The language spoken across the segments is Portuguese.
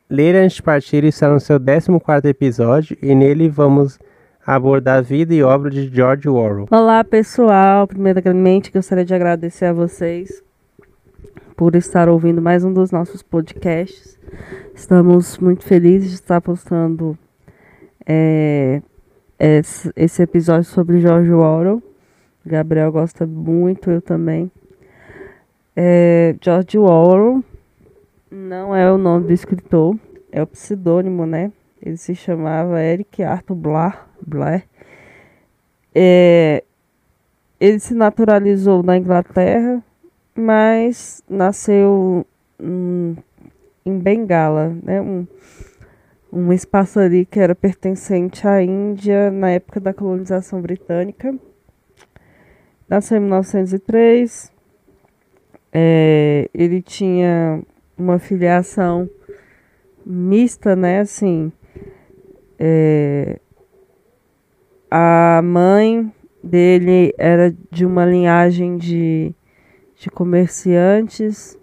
Ler Antes de Partir está no seu 14º episódio e nele vamos abordar a vida e obra de George Orwell. Olá pessoal, primeiramente gostaria de agradecer a vocês por estar ouvindo mais um dos nossos podcasts. Estamos muito felizes de estar postando esse episódio sobre George Orwell. Gabriel gosta muito, eu também. George Orwell não é o nome do escritor, é o pseudônimo, né? Ele se chamava Eric Arthur Blair. Ele se naturalizou na Inglaterra, mas nasceu em Bengala, né? Um espaço ali que era pertencente à Índia na época da colonização britânica. Nasceu em 1903. Ele tinha uma filiação mista, né? Assim, a mãe dele era de uma linhagem de comerciantes.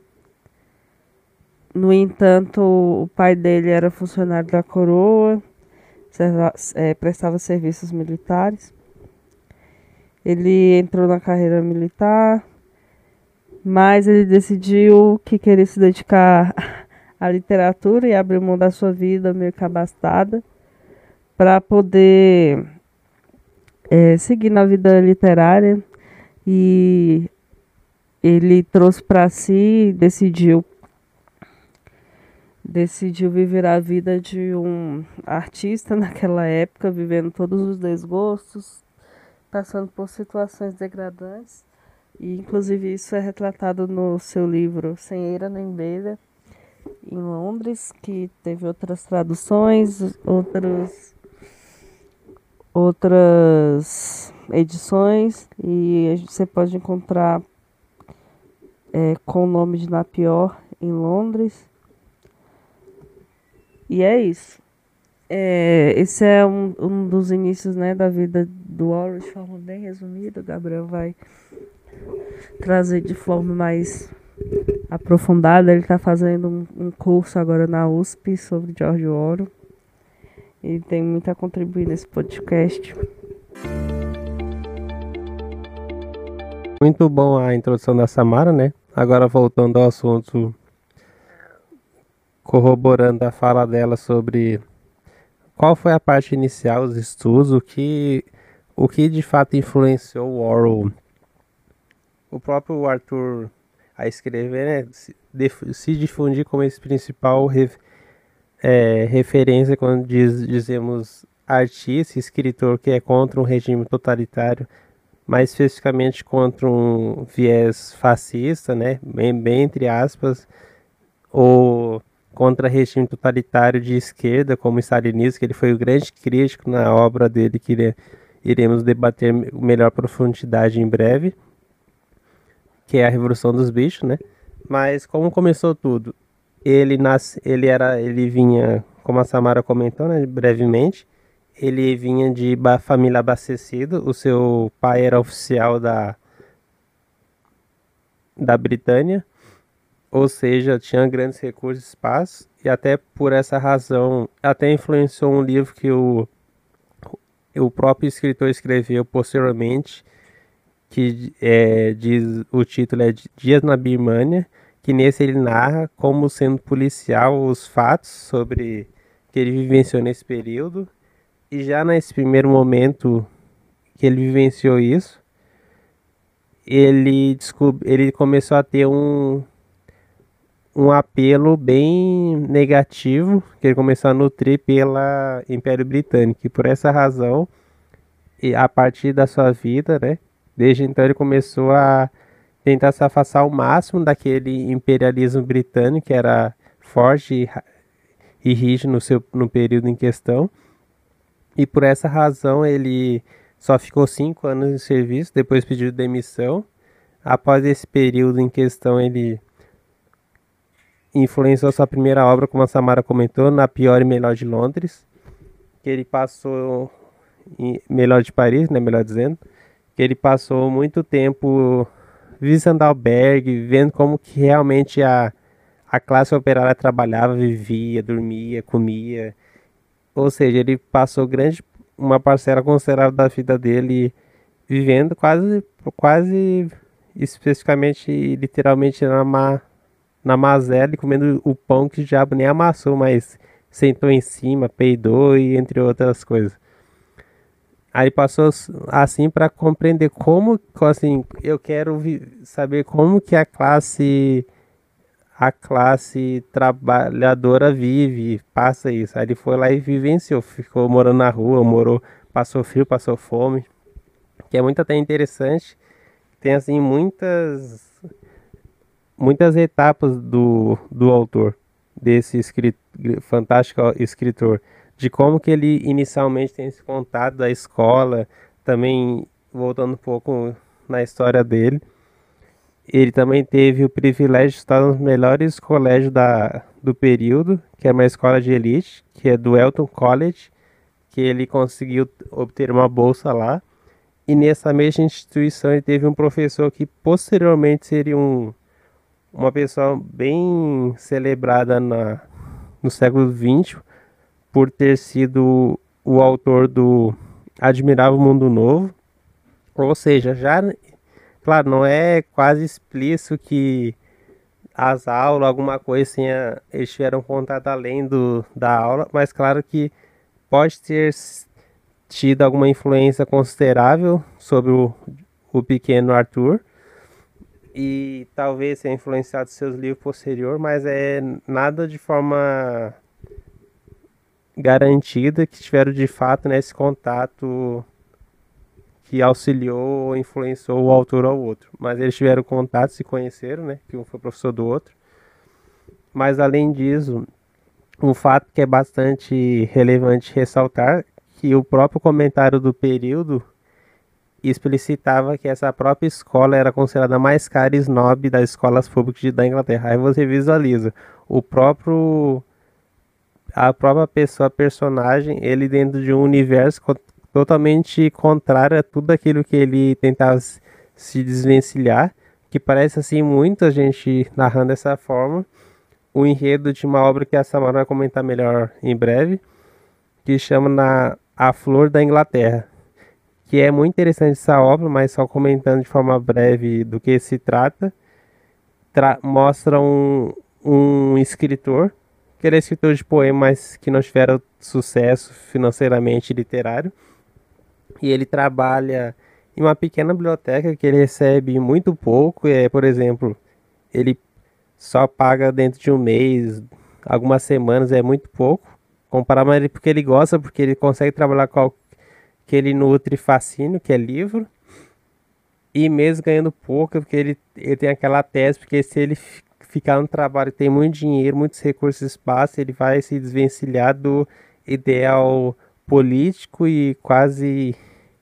No entanto, o pai dele era funcionário da coroa, prestava serviços militares. Ele entrou na carreira militar, mas ele decidiu que queria se dedicar à literatura e abriu mão da sua vida meio que abastada para poder seguir na vida literária. E ele trouxe para si, decidiu viver a vida de um artista naquela época, vivendo todos os desgostos, passando por situações degradantes. E inclusive isso é retratado no seu livro Sem Eira Nem Beira, em Londres, que teve outras traduções, outras edições, e você pode encontrar com o nome de Napior em Londres. E é isso. Esse é um dos inícios, né, da vida do Orwell, de forma bem resumida. O Gabriel vai trazer de forma mais aprofundada. Ele está fazendo um curso agora na USP sobre George Orwell. Ele tem muito a contribuir nesse podcast. Muito bom a introdução da Samara, né? Agora voltando ao assunto, corroborando a fala dela sobre qual foi a parte inicial, os estudos, o que de fato influenciou o Orwell, o próprio Arthur, a escrever, né? Se difundir como esse principal referência quando dizemos artista, escritor que é contra um regime totalitário, mais especificamente contra um viés fascista, né? Bem entre aspas, ou contra regime totalitário de esquerda, como o stalinismo, que ele foi o grande crítico na obra dele, que iremos debater com melhor profundidade em breve, que é a Revolução dos Bichos, né? Mas como começou tudo? Ele vinha, como a Samara comentou, né, brevemente, ele vinha de família abastecida. O seu pai era oficial da Britânia, ou seja, tinha grandes recursos e espaço, e até por essa razão, até influenciou um livro que o próprio escritor escreveu posteriormente, que o título é Dias na Birmânia, que nesse ele narra como sendo policial os fatos sobre que ele vivenciou nesse período, e já nesse primeiro momento que ele vivenciou isso, ele começou a ter um apelo bem negativo, que ele começou a nutrir pela Império Britânico, e por essa razão, e a partir da sua vida, né, desde então ele começou a tentar se afastar ao máximo daquele imperialismo britânico, que era forte e rígido no período em questão, e por essa razão ele só ficou 5 anos em serviço, depois pediu demissão. Após esse período em questão, ele influenciou sua primeira obra, como a Samara comentou, Na Pior e Melhor de Londres, que ele passou melhor de Paris, né, melhor dizendo, que ele passou muito tempo visitando albergue, vendo como que realmente a a classe operária trabalhava, vivia, dormia, comia. Ou seja, ele passou uma parcela considerável da vida dele vivendo quase especificamente, literalmente na mazela e comendo o pão que o diabo nem amassou, mas sentou em cima, peidou e entre outras coisas. Aí passou assim para compreender como, assim, eu quero saber como que a classe trabalhadora vive, passa isso. Aí ele foi lá e vivenciou, ficou morando na rua, passou frio, passou fome, que é muito até interessante. Tem assim muitas etapas do autor, desse fantástico escritor, de como que ele inicialmente tem esse contato da escola, também voltando um pouco na história dele. Ele também teve o privilégio de estar nos melhores colégios do período, que é uma escola de elite, que é do Elton College, que ele conseguiu obter uma bolsa lá. E nessa mesma instituição ele teve um professor que posteriormente seria uma pessoa bem celebrada no século XX por ter sido o autor do Admirável Mundo Novo. Ou seja, já, claro, não é quase explícito que as aulas, alguma coisa assim, eles tiveram contato além da aula, mas claro que pode ter tido alguma influência considerável sobre o pequeno Arthur e talvez tenha influenciado seus livros posteriores, mas é nada de forma garantida que tiveram de fato nesse contato que auxiliou ou influenciou o autor ao outro. Mas eles tiveram contato, se conheceram, né? Que um foi professor do outro. Mas além disso, um fato que é bastante relevante ressaltar que o próprio comentário do período explicitava que essa própria escola era considerada a mais cara e snob das escolas públicas da Inglaterra. Aí você visualiza a própria pessoa, personagem, ele dentro de um universo totalmente contrário a tudo aquilo que ele tentava se desvencilhar, que parece assim muita gente narrando dessa forma. O enredo de uma obra que a Samara vai comentar melhor em breve, que chama A Flor da Inglaterra, que é muito interessante essa obra, mas só comentando de forma breve do que se trata. Mostra um escritor, que era escritor de poemas que não tiveram sucesso financeiramente literário, e ele trabalha em uma pequena biblioteca que ele recebe muito pouco, por exemplo, ele só paga dentro de um mês, algumas semanas, é muito pouco, comparado a ele porque ele gosta, porque ele consegue trabalhar com algo que ele nutre fascínio, que é livro, e mesmo ganhando pouco, porque ele tem aquela tese, porque se ele ficar no trabalho tem muito dinheiro, muitos recursos e espaço, ele vai se desvencilhar do ideal político e quase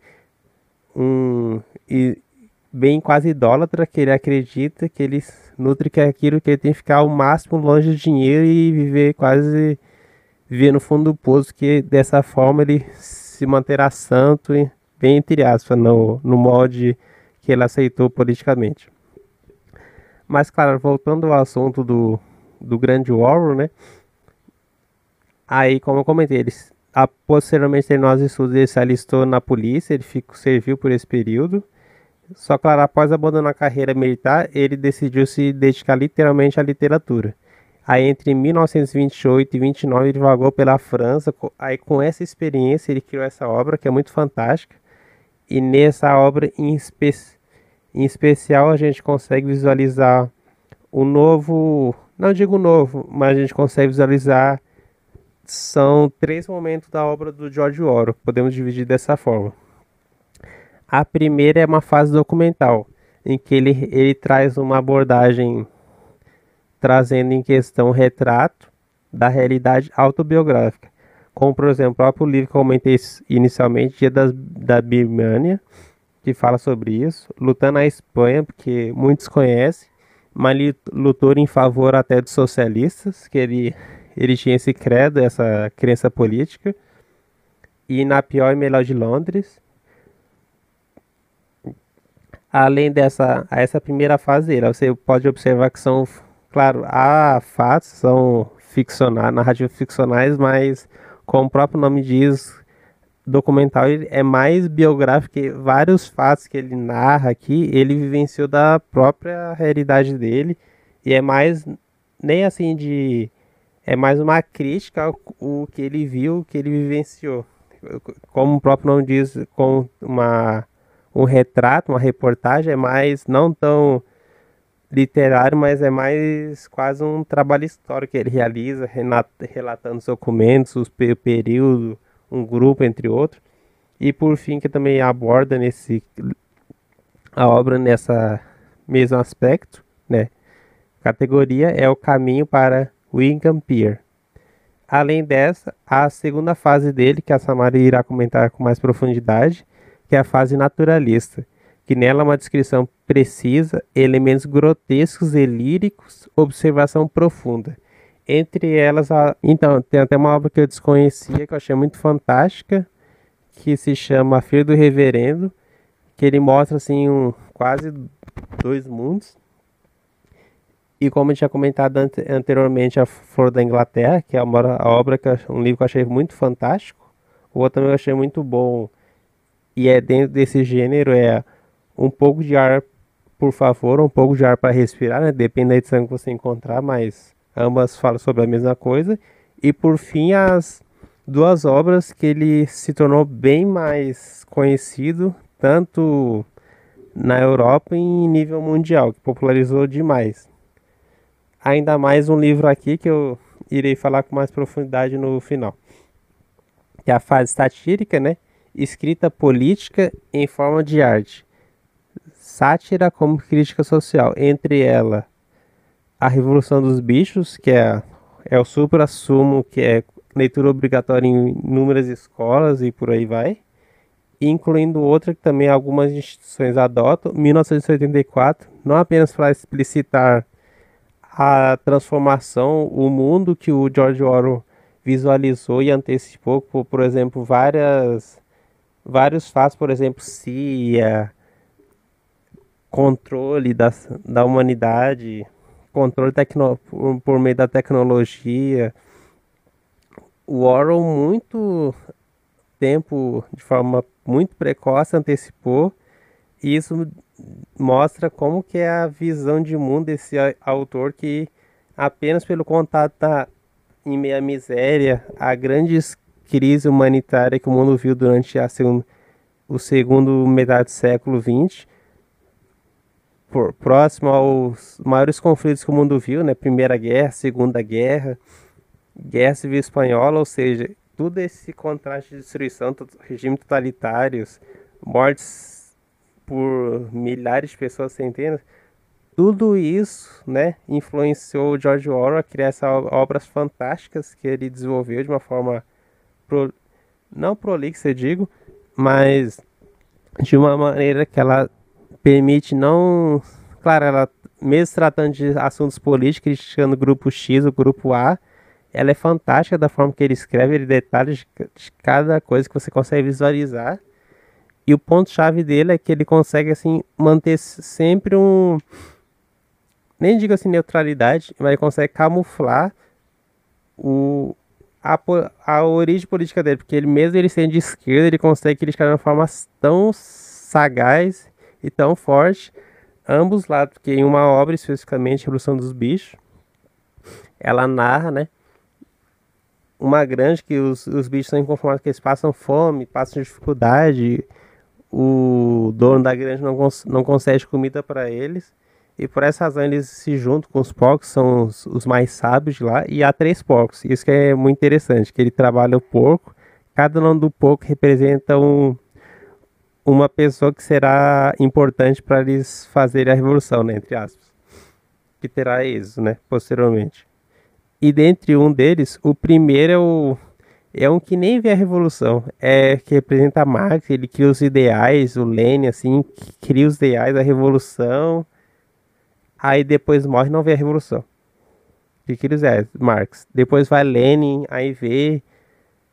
e bem quase idólatra, que ele acredita que ele nutre que é aquilo que ele tem que ficar ao máximo longe do dinheiro e viver no fundo do poço, que dessa forma ele se manterá santo, e bem entre aspas, no molde que ele aceitou politicamente. Mas claro, voltando ao assunto do grande Orwell, né? Aí, como eu comentei, posteriormente terminou os estudos, ele se alistou na polícia, serviu por esse período. Só que, claro, após abandonar a carreira militar, ele decidiu se dedicar literalmente à literatura. Aí, entre 1928 e 29, ele vagou pela França. Aí, com essa experiência, ele criou essa obra, que é muito fantástica. E nessa obra, em especial, a gente consegue visualizar o novo... Não digo novo, mas a gente consegue visualizar... São 3 momentos da obra do George Orwell, podemos dividir dessa forma. A primeira é uma fase documental, em que ele traz uma abordagem trazendo em questão o retrato da realidade autobiográfica. Como, por exemplo, o próprio livro que eu comentei inicialmente, Dia da Birmania, que fala sobre isso. Lutando na Espanha, porque muitos conhecem, mas ele lutou em favor até dos socialistas, que ele tinha esse credo, essa crença política. E na Pior e Melhor de Londres. Além essa primeira fase dele, você pode observar que são claro, há fatos, são ficcionais, narrativas ficcionais, mas como o próprio nome diz, documental ele é mais biográfico, que vários fatos que ele narra aqui, ele vivenciou da própria realidade dele, e é mais, nem assim de, é mais uma crítica ao o que ele viu, o que ele vivenciou. Como o próprio nome diz, com um retrato, uma reportagem, é mais não tão literário, mas é mais quase um trabalho histórico que ele realiza, relatando os documentos, o período, um grupo, entre outros. E por fim, que também aborda a obra nessa mesmo aspecto, né? Categoria é o caminho para Wingham Pier. Além dessa, a segunda fase dele, que a Samara irá comentar com mais profundidade, que é a fase naturalista, que nela é uma descrição precisa, elementos grotescos e líricos, observação profunda. Entre elas, então, tem até uma obra que eu desconhecia, que eu achei muito fantástica, que se chama A Filha do Reverendo, que ele mostra assim quase dois mundos. E como eu tinha comentado anteriormente, A Flor da Inglaterra, que é a obra um livro que eu achei muito fantástico. O outro também eu achei muito bom. E é dentro desse gênero, é um pouco de ar, por favor, um pouco de ar para respirar, né? Depende da edição que você encontrar, mas ambas falam sobre a mesma coisa. E por fim, as duas obras que ele se tornou bem mais conhecido, tanto na Europa e em nível mundial, que popularizou demais. Ainda mais um livro aqui que eu irei falar com mais profundidade no final, que é a fase satírica, né? Escrita política em forma de arte. Sátira como crítica social. Entre ela, A Revolução dos Bichos, que é o supra-sumo, que é leitura obrigatória em inúmeras escolas e por aí vai. Incluindo outra que também algumas instituições adotam, 1984, não apenas para explicitar a transformação, o mundo que o George Orwell visualizou e antecipou, por exemplo, vários fatos, por exemplo, CIA, controle da humanidade, controle por meio da tecnologia. O Orwell, muito tempo, de forma muito precoce, antecipou, e isso mostra como que é a visão de mundo desse autor, que apenas pelo contato em meio à miséria, a grandes crise humanitária que o mundo viu durante o segundo metade do século XX, próximo aos maiores conflitos que o mundo viu, né? Primeira Guerra, Segunda Guerra, Guerra Civil Espanhola, ou seja, tudo esse contraste de destruição, regimes totalitários, mortes por milhares de pessoas, centenas, tudo isso, né, influenciou o George Orwell a criar essas obras fantásticas que ele desenvolveu de uma forma não prolixa, eu digo, mas de uma maneira que ela permite não... Claro, ela, mesmo tratando de assuntos políticos, criticando o grupo X, o grupo A, ela é fantástica da forma que ele escreve, ele detalha de cada coisa que você consegue visualizar. E o ponto-chave dele é que ele consegue, assim, manter sempre nem digo assim neutralidade, mas ele consegue camuflar a origem política dele, porque ele mesmo ele sendo de esquerda, ele consegue criticar de uma forma tão sagaz e tão forte ambos lados, porque em uma obra especificamente, Revolução dos Bichos, ela narra, né, uma granja que os bichos são inconformados, que eles passam fome, passam dificuldade, o dono da granja não concede comida para eles, e por essa razão eles se juntam com os porcos, são os mais sábios de lá, e há 3 porcos. Isso que é muito interessante, que ele trabalha o porco, cada nome do porco representa uma pessoa que será importante para eles fazerem a revolução, né, entre aspas, que terá êxito, né, posteriormente. E dentre um deles, o primeiro é um que nem vê a revolução, que representa Marx, ele cria os ideais, o Lenin, assim, cria os ideais da revolução, aí depois morre e não vê a revolução. O que eles é? Marx. Depois vai Lenin, aí vê...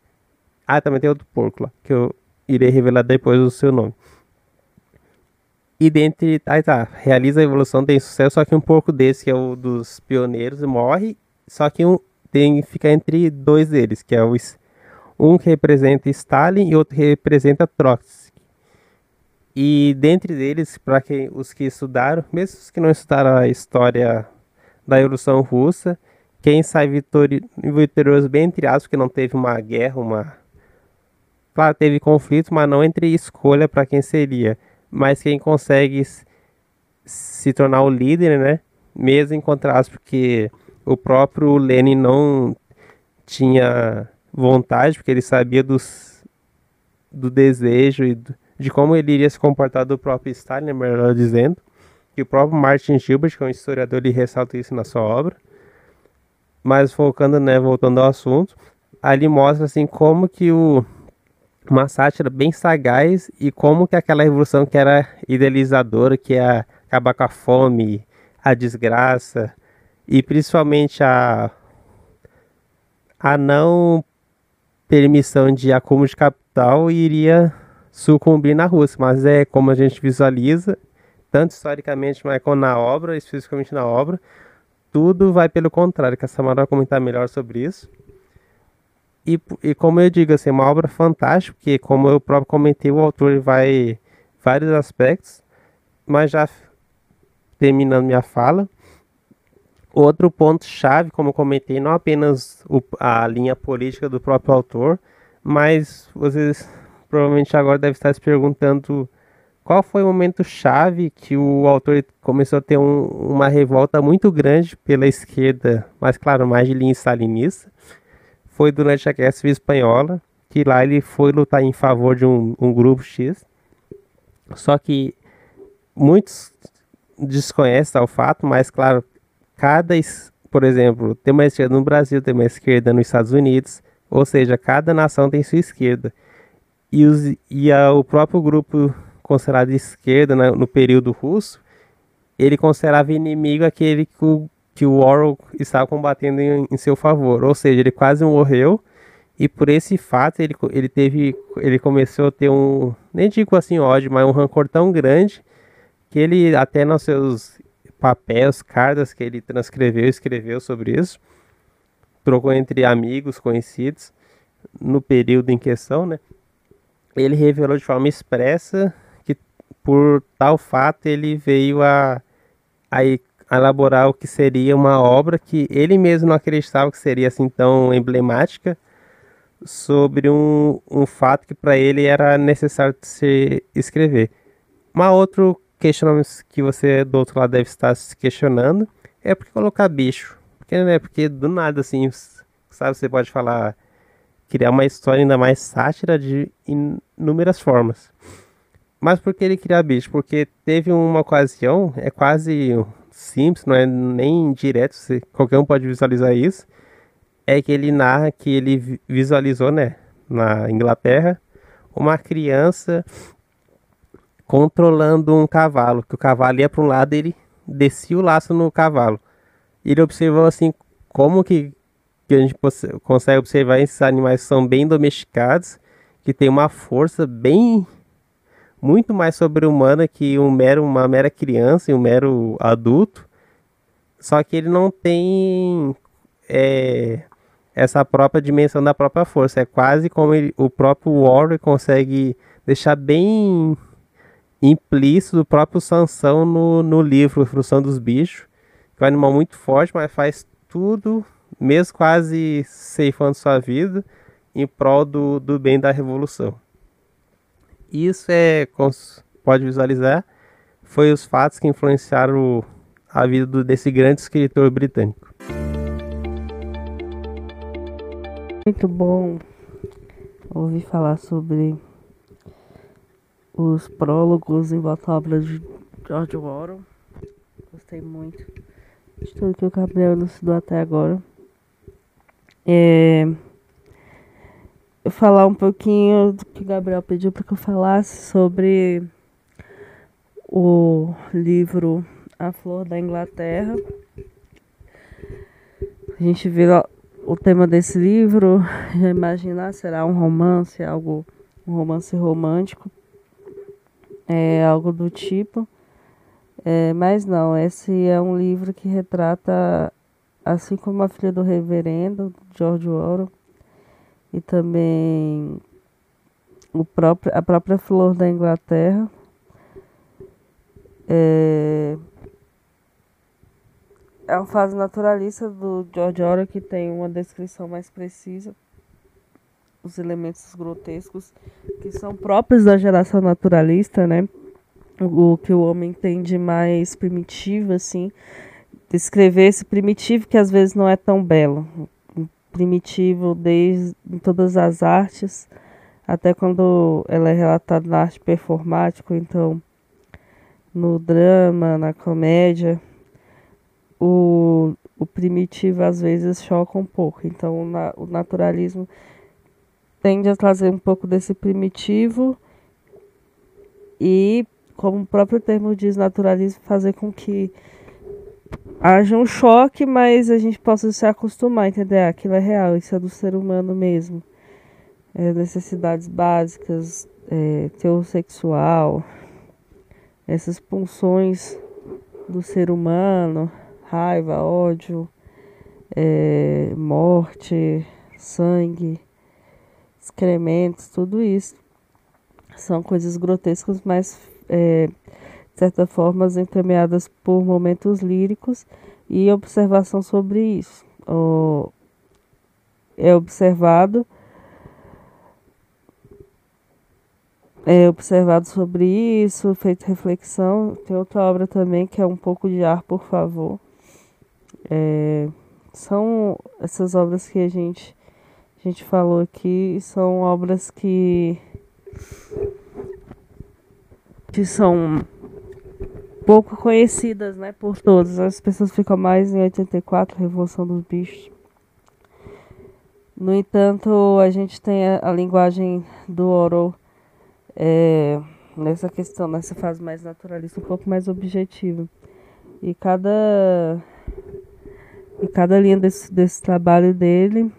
Ah, também tem outro porco lá, que eu irei revelar depois o seu nome. E dentre. Aí tá, realiza a evolução, tem sucesso, só que um porco desse, que é o dos pioneiros, morre. Só que fica entre dois deles, que é um que representa Stalin e outro que representa Trotsky. E dentre eles, para quem os que estudaram, mesmo os que não estudaram a história da Revolução Russa, quem sai vitorioso bem entre aspas, porque não teve uma guerra, claro, teve conflito, mas não entre escolha para quem seria, mas quem consegue se tornar o líder, né? Mesmo em contraste, porque o próprio Lenin não tinha vontade, porque ele sabia do desejo de como ele iria se comportar do próprio Stalin, né, melhor dizendo, que o próprio Martin Gilbert, que é um historiador, ele ressalta isso na sua obra. Mas focando, né, voltando ao assunto, ali mostra assim como que uma sátira bem sagaz e como que aquela revolução que era idealizadora, que é acabar com a fome, a desgraça e principalmente a não permissão de acúmulo de capital iria sucumbir na Rússia. Mas é como a gente visualiza, tanto historicamente, mas como na obra, especificamente na obra, tudo vai pelo contrário, que a Samara vai comentar melhor sobre isso. E como eu digo, assim, é uma obra fantástica, porque como eu próprio comentei, o autor vai vários aspectos, mas já terminando minha fala, outro ponto-chave, como eu comentei, não apenas a linha política do próprio autor, mas vocês provavelmente agora devem estar se perguntando qual foi o momento-chave que o autor começou a ter uma revolta muito grande pela esquerda, mas claro, mais de linha stalinista. Foi durante a Guerra Civil Espanhola, que lá ele foi lutar em favor de um grupo X. Só que muitos desconhecem o fato, mas claro, por exemplo, tem uma esquerda no Brasil, tem uma esquerda nos Estados Unidos, ou seja, cada nação tem sua esquerda. O próprio grupo considerado de esquerda, né, no período russo, ele considerava inimigo aquele que o Orwell estava combatendo em seu favor, ou seja, ele quase morreu e por esse fato ele começou a ter nem digo assim ódio, mas um rancor tão grande que ele até nos seus papéis, cartas que ele transcreveu, escreveu sobre isso, trocou entre amigos, conhecidos no período em questão, né? Ele revelou de forma expressa que por tal fato ele veio a elaborar o que seria uma obra que ele mesmo não acreditava que seria assim tão emblemática, sobre um fato que para ele era necessário se escrever. Uma outro questionamento que você do outro lado deve estar se questionando é por que colocar bicho? Porque do nada assim, sabe, você pode falar, criar uma história ainda mais sátira de inúmeras formas. Mas por que ele criar bicho? Porque teve uma ocasião, é quase simples, não é nem direto, qualquer um pode visualizar isso, é que ele narra que ele visualizou, né, na Inglaterra, uma criança controlando um cavalo, que o cavalo ia para um lado e ele descia o laço no cavalo. Ele observou assim como que a gente consegue observar esses animais que são bem domesticados, que tem uma força bem muito mais sobre-humana que uma mera criança e um mero adulto, só que ele não tem essa própria dimensão da própria força. É quase como o próprio Warrior consegue deixar bem implícito o próprio Sansão no livro Evolução dos Bichos, que é um animal muito forte, mas faz tudo, mesmo quase ceifando sua vida, em prol do bem da revolução. Isso como pode visualizar, foi os fatos que influenciaram a vida desse grande escritor britânico. Muito bom ouvir falar sobre os prólogos em volta à obra de George Orwell. Gostei muito de tudo que o Gabriel elucidou até agora. Eu falar um pouquinho do que o Gabriel pediu para que eu falasse sobre o livro A Flor da Inglaterra. A gente vê o tema desse livro, já imaginar, será um romance, um romance romântico. algo do tipo. Mas não, esse é um livro que retrata, assim como A Filha do Reverendo, George Orwell, e também a própria Flor da Inglaterra. É uma fase naturalista do George Orwell que tem uma descrição mais precisa, os elementos grotescos que são próprios da geração naturalista, né? O que o homem tem de mais primitivo, assim, descrever esse primitivo que às vezes não é tão belo. Primitivo desde em todas as artes, até quando ela é relatada na arte performática, então no drama, na comédia, o primitivo às vezes choca um pouco. Então o naturalismo tende a trazer um pouco desse primitivo e, como o próprio termo diz, naturalismo, fazer com que haja um choque, mas a gente possa se acostumar, entender? Aquilo é real, isso é do ser humano mesmo. Necessidades básicas, teor sexual, essas pulsões do ser humano, raiva, ódio, morte, sangue, excrementos, tudo isso. São coisas grotescas, mas de certa forma entremeadas por momentos líricos e observação sobre isso. É observado sobre isso, feito reflexão. Tem outra obra também que é Um Pouco de Ar, por Favor. São essas obras que a gente falou aqui, são obras que são pouco conhecidas, né, por todos. As pessoas ficam mais em 84, Revolução dos Bichos. No entanto, a gente tem a linguagem do Orwell nessa questão, nessa fase mais naturalista, um pouco mais objetiva. E cada linha desse trabalho dele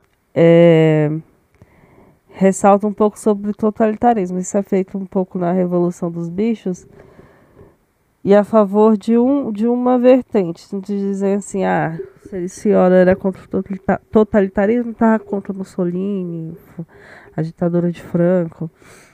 ressalta um pouco sobre o totalitarismo. Isso é feito um pouco na Revolução dos Bichos e a favor de uma vertente, de dizer assim, se ele se olha era contra o totalitarismo, estava contra Mussolini, a ditadura de Franco,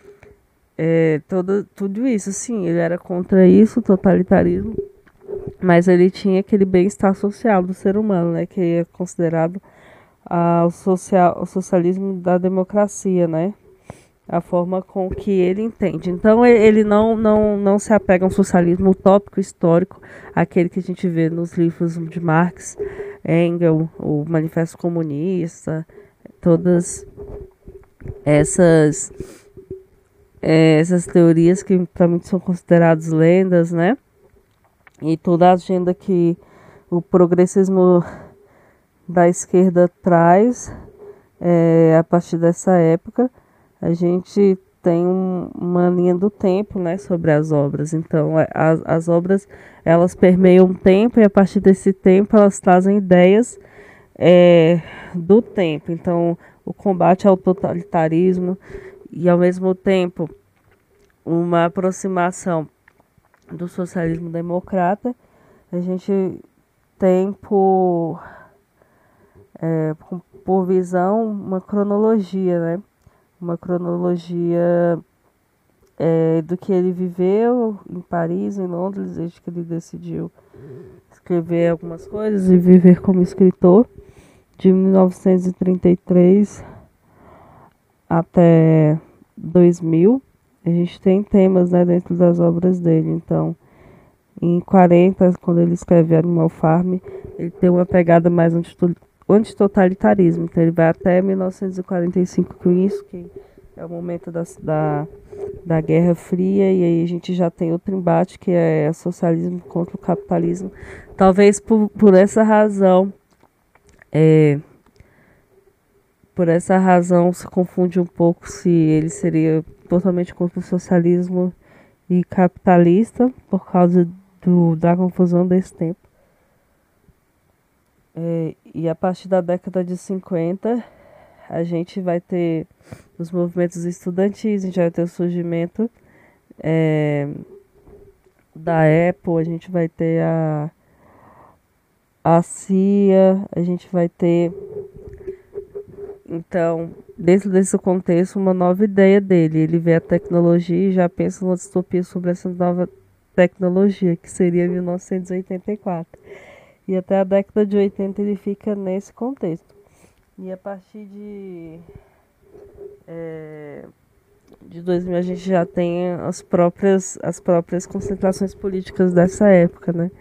tudo isso, sim, ele era contra isso, o totalitarismo, mas ele tinha aquele bem-estar social do ser humano, né, que é considerado o socialismo da democracia, né? A forma com que ele entende. Então, ele não se apega a um socialismo utópico, histórico, aquele que a gente vê nos livros de Marx, Engels, o Manifesto Comunista, todas essas teorias que para mim são consideradas lendas, né? E toda a agenda que o progressismo da esquerda traz a partir dessa época, a gente tem uma linha do tempo, né, sobre as obras. Então, as obras, elas permeiam o tempo e a partir desse tempo elas trazem ideias do tempo. Então, o combate ao totalitarismo e, ao mesmo tempo, uma aproximação do socialismo democrata, a gente tem por visão uma cronologia, né? Uma cronologia do que ele viveu em Paris, em Londres, desde que ele decidiu escrever algumas coisas e viver como escritor, de 1933 até 2000. A gente tem temas, né, dentro das obras dele. Então, em 40, quando ele escreve Animal Farm, ele tem uma pegada mais antitotalitarismo. Então ele vai até 1945 com isso, que é o momento da Guerra Fria, e aí a gente já tem outro embate, que é o socialismo contra o capitalismo. Talvez por essa razão, se confunde um pouco se ele seria totalmente contra o socialismo e capitalista, por causa da confusão desse tempo. E a partir da década de 50, a gente vai ter os movimentos estudantis, a gente vai ter o surgimento da Apple, a gente vai ter a CIA, a gente vai ter. Então, dentro desse contexto, uma nova ideia dele. Ele vê a tecnologia e já pensa numa distopia sobre essa nova tecnologia, que seria 1984. E até a década de 80 ele fica nesse contexto. E a partir de 2000 a gente já tem as próprias concentrações políticas dessa época, né?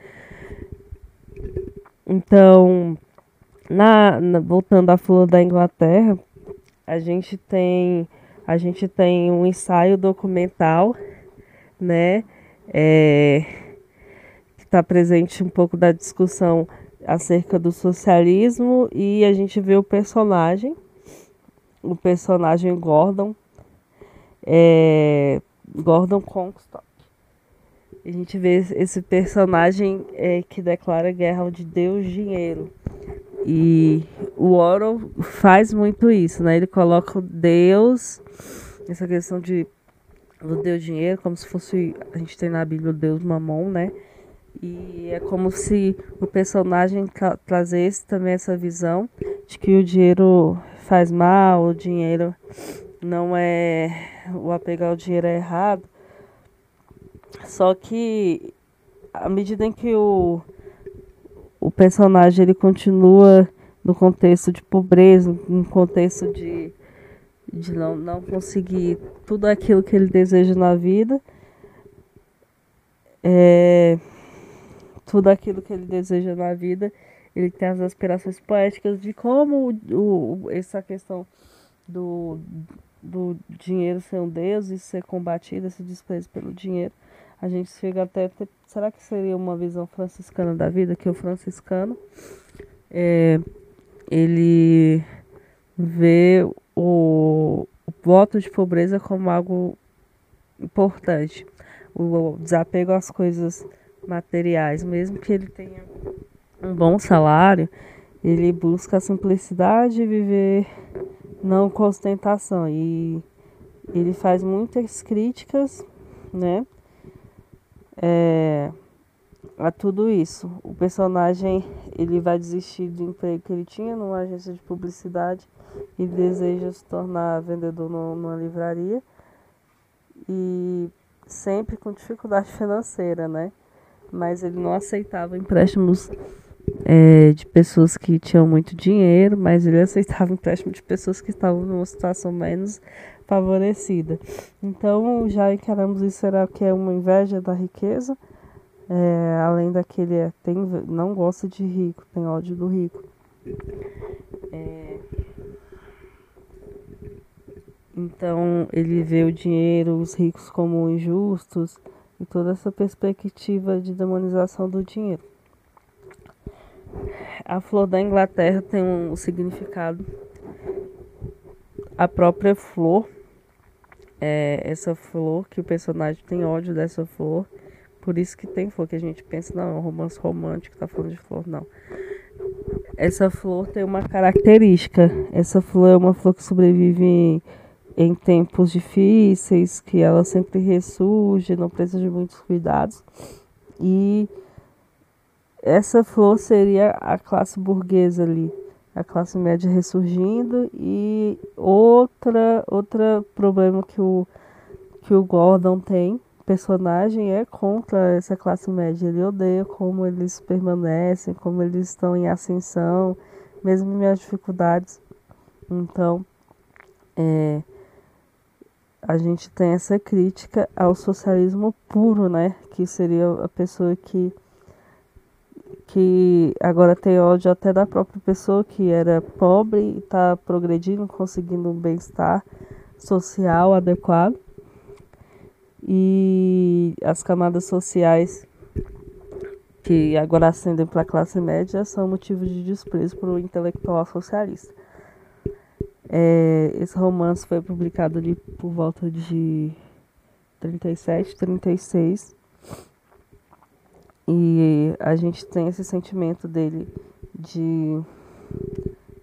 Então, voltando à Flor da Inglaterra, a gente tem um ensaio documental, né? Que está presente um pouco da discussão acerca do socialismo e a gente vê o personagem Gordon, Gordon Comstock. A gente vê esse personagem que declara guerra ao de Deus dinheiro. E o Orwell faz muito isso, né? Ele coloca o Deus, essa questão do Deus dinheiro, como se fosse, a gente tem na Bíblia o Deus Mamon, né? E é como se o personagem trazesse também essa visão de que o dinheiro faz mal, o dinheiro não é... o apego ao dinheiro é errado. Só que à medida em que o personagem ele continua no contexto de pobreza, no contexto de não conseguir tudo aquilo que ele deseja na vida, ele tem as aspirações poéticas de como essa questão do, do dinheiro ser um deus e ser combatido, esse desprezo pelo dinheiro. A gente chega até a ter, será que seria uma visão franciscana da vida? Que o franciscano, ele vê o voto de pobreza como algo importante. O desapego às coisas materiais, mesmo que ele tenha um bom salário, ele busca a simplicidade e viver não com ostentação. E ele faz muitas críticas, né, a tudo isso. O personagem ele vai desistir do emprego que ele tinha numa agência de publicidade e deseja se tornar vendedor numa livraria, e sempre com dificuldade financeira, né? Mas ele não aceitava empréstimos de pessoas que tinham muito dinheiro, mas ele aceitava empréstimo de pessoas que estavam numa situação menos favorecida. Então já encaramos isso, será que é uma inveja da riqueza? Além daquele não gosta de rico, tem ódio do rico. Então ele vê o dinheiro, os ricos como injustos e toda essa perspectiva de demonização do dinheiro. A Flor da Inglaterra tem um significado. A própria flor, essa flor, que o personagem tem ódio dessa flor, por isso que tem flor, que a gente pensa, não, é um romance romântico, tá falando de flor, não. Essa flor tem uma característica, essa flor é uma flor que sobrevive em tempos difíceis, que ela sempre ressurge, não precisa de muitos cuidados, e essa flor seria a classe burguesa ali, a classe média ressurgindo. E outra problema que o Gordon tem, personagem, é contra essa classe média. Ele odeia como eles permanecem, como eles estão em ascensão, mesmo em as dificuldades. Então, a gente tem essa crítica ao socialismo puro, né? Que seria a pessoa que agora tem ódio até da própria pessoa que era pobre e está progredindo, conseguindo um bem-estar social adequado. E as camadas sociais que agora ascendem para a classe média são motivo de desprezo para o intelectual socialista. Esse romance foi publicado ali por volta de 37, 36. E a gente tem esse sentimento dele de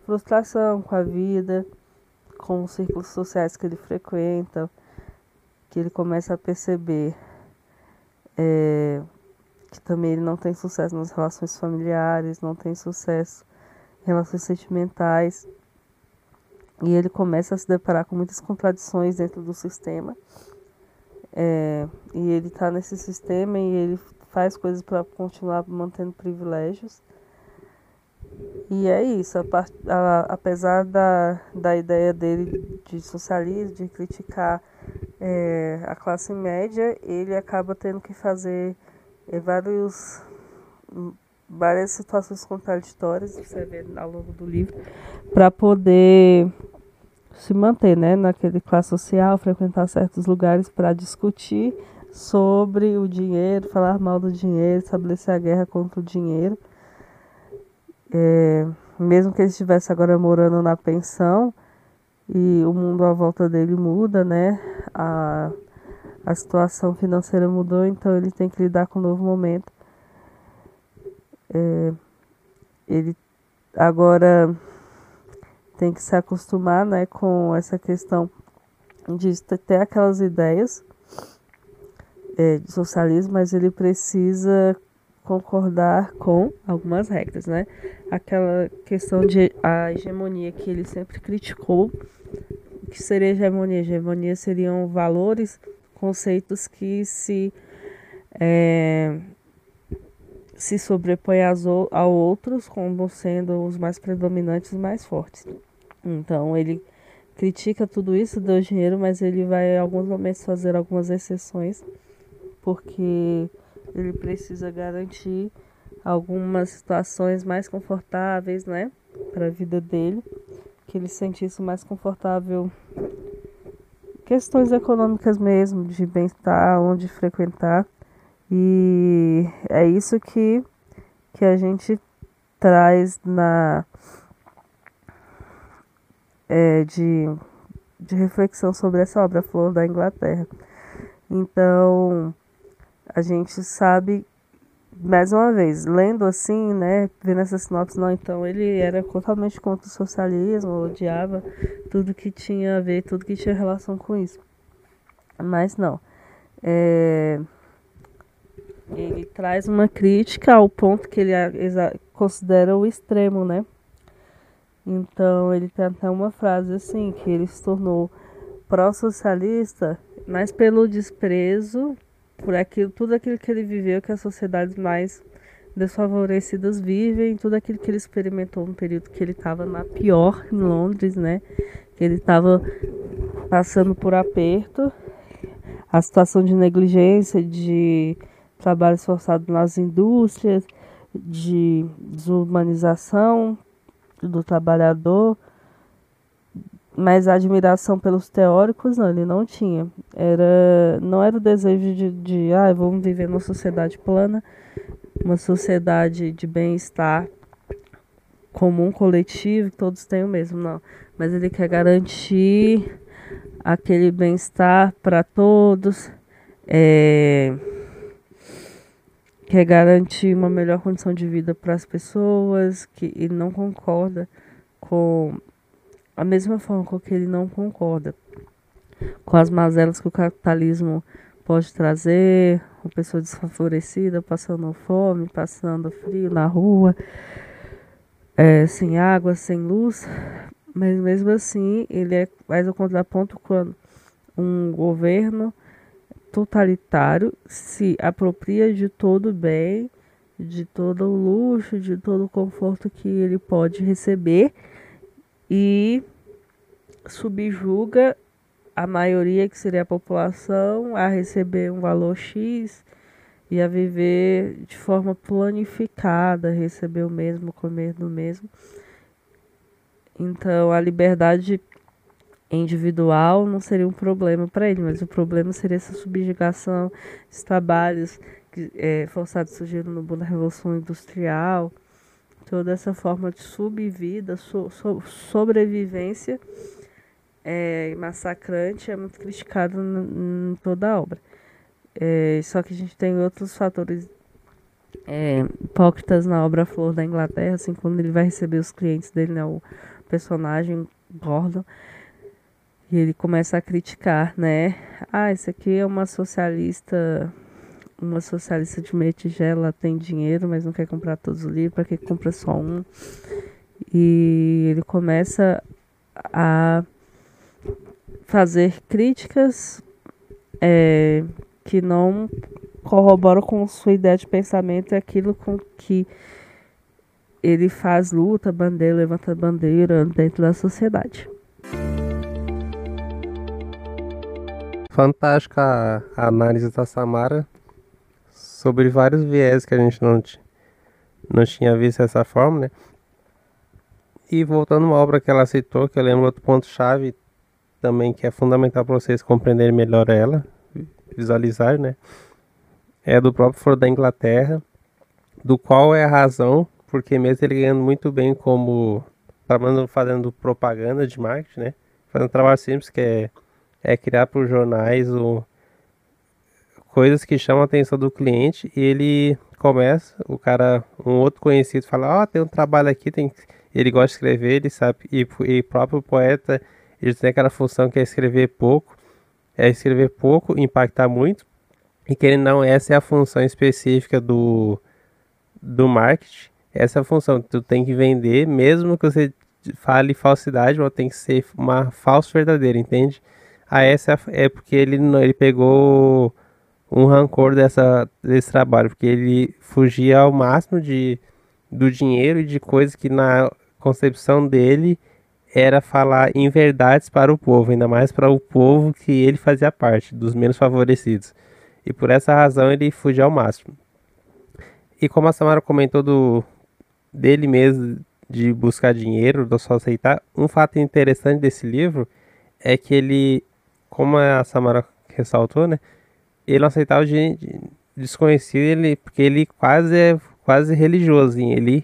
frustração com a vida, com os círculos sociais que ele frequenta, que ele começa a perceber que também ele não tem sucesso nas relações familiares, não tem sucesso em relações sentimentais. E ele começa a se deparar com muitas contradições dentro do sistema. E ele está nesse sistema e ele faz coisas para continuar mantendo privilégios. E é isso, apesar da ideia dele de socialismo, de criticar a classe média, ele acaba tendo que fazer várias situações contraditórias, você vê ao longo do livro, para poder se manter, né, naquele classe social, frequentar certos lugares para discutir sobre o dinheiro, falar mal do dinheiro, estabelecer a guerra contra o dinheiro. Mesmo que ele estivesse agora morando na pensão e o mundo à volta dele muda, né, a situação financeira mudou, então ele tem que lidar com um novo momento. Ele agora tem que se acostumar, né, com essa questão de ter aquelas ideias de socialismo, mas ele precisa concordar com algumas regras, né? Aquela questão de a hegemonia que ele sempre criticou. O que seria hegemonia? Hegemonia seriam valores, conceitos que se sobrepõem a outros como sendo os mais predominantes e mais fortes. Então ele critica tudo isso, deu dinheiro, mas ele vai em alguns momentos fazer algumas exceções, porque ele precisa garantir algumas situações mais confortáveis, né, para a vida dele, que ele se sentisse mais confortável, questões econômicas mesmo, de bem-estar, onde frequentar. E é isso que a gente traz de reflexão sobre essa obra, Flor da Inglaterra. Então, a gente sabe, mais uma vez, lendo assim, né, vendo essa sinopse, não, então ele era totalmente contra o socialismo, odiava tudo que tinha a ver, tudo que tinha relação com isso. Mas não. Ele traz uma crítica ao ponto que ele considera o extremo, né? Então ele tem até uma frase assim, que ele se tornou pró-socialista, mas pelo desprezo por tudo aquilo que ele viveu, que as sociedades mais desfavorecidas vivem, tudo aquilo que ele experimentou no período que ele estava na pior em Londres, né? Que ele estava passando por aperto, a situação de negligência, de trabalho forçado nas indústrias, de desumanização do trabalhador, mas a admiração pelos teóricos, não, ele não tinha. Não era o desejo de vamos viver numa sociedade plana, uma sociedade de bem-estar comum, coletivo, que todos têm o mesmo, não. Mas ele quer garantir aquele bem-estar para todos, quer garantir uma melhor condição de vida para as pessoas, que ele não concorda com a mesma forma com que ele não concorda com as mazelas que o capitalismo pode trazer, uma pessoa desfavorecida, passando fome, passando frio na rua, sem água, sem luz, mas mesmo assim ele faz o contraponto quando um governo totalitário se apropria de todo o bem, de todo o luxo, de todo o conforto que ele pode receber e subjuga a maioria, que seria a população, a receber um valor X e a viver de forma planificada, receber o mesmo, comer do mesmo. Então a liberdade individual não seria um problema para ele, mas o problema seria essa subjugação, esses trabalhos forçados surgiram no boom da Revolução Industrial, toda essa forma de subvida, sobrevivência massacrante é muito criticado em toda a obra. Só que a gente tem outros fatores hipócritas na obra Flor da Inglaterra, assim, quando ele vai receber os clientes dele, né, o personagem Gordon, E ele começa a criticar, né? Ah, isso aqui é uma socialista de meia tigela, tem dinheiro, mas não quer comprar todos os livros, para que compra só um? E ele começa a fazer críticas que não corroboram com sua ideia de pensamento e aquilo com que ele faz luta, bandeira, levanta bandeira dentro da sociedade. Fantástica a análise da Samara sobre vários viés que a gente não tinha visto dessa forma, né? E voltando a uma obra que ela citou, que eu lembro outro ponto-chave também que é fundamental para vocês compreenderem melhor ela, visualizar, né? É do próprio Foro da Inglaterra, do qual é a razão, porque mesmo ele ganhando muito bem como trabalhando, fazendo propaganda de marketing, né? Fazendo um trabalho simples que é criar para os jornais coisas que chamam a atenção do cliente e ele começa, um outro conhecido fala, tem um trabalho aqui, ele gosta de escrever, ele sabe, e próprio poeta, ele tem aquela função que é escrever pouco, impactar muito, e que ele não, essa é a função específica do marketing, essa é a função, tu tem que vender, mesmo que você fale falsidade, ou tem que ser uma falso verdadeiro, entende? Essa é porque ele pegou um rancor desse trabalho, porque ele fugia ao máximo do dinheiro e de coisas que na concepção dele era falar em verdades para o povo, ainda mais para o povo que ele fazia parte, dos menos favorecidos. E por essa razão ele fugia ao máximo. E como a Samara comentou dele mesmo, de buscar dinheiro, do só aceitar, um fato interessante desse livro é que ele, como a Samara ressaltou, né? Ele não aceitava gente desconhecido, porque ele é quase religioso.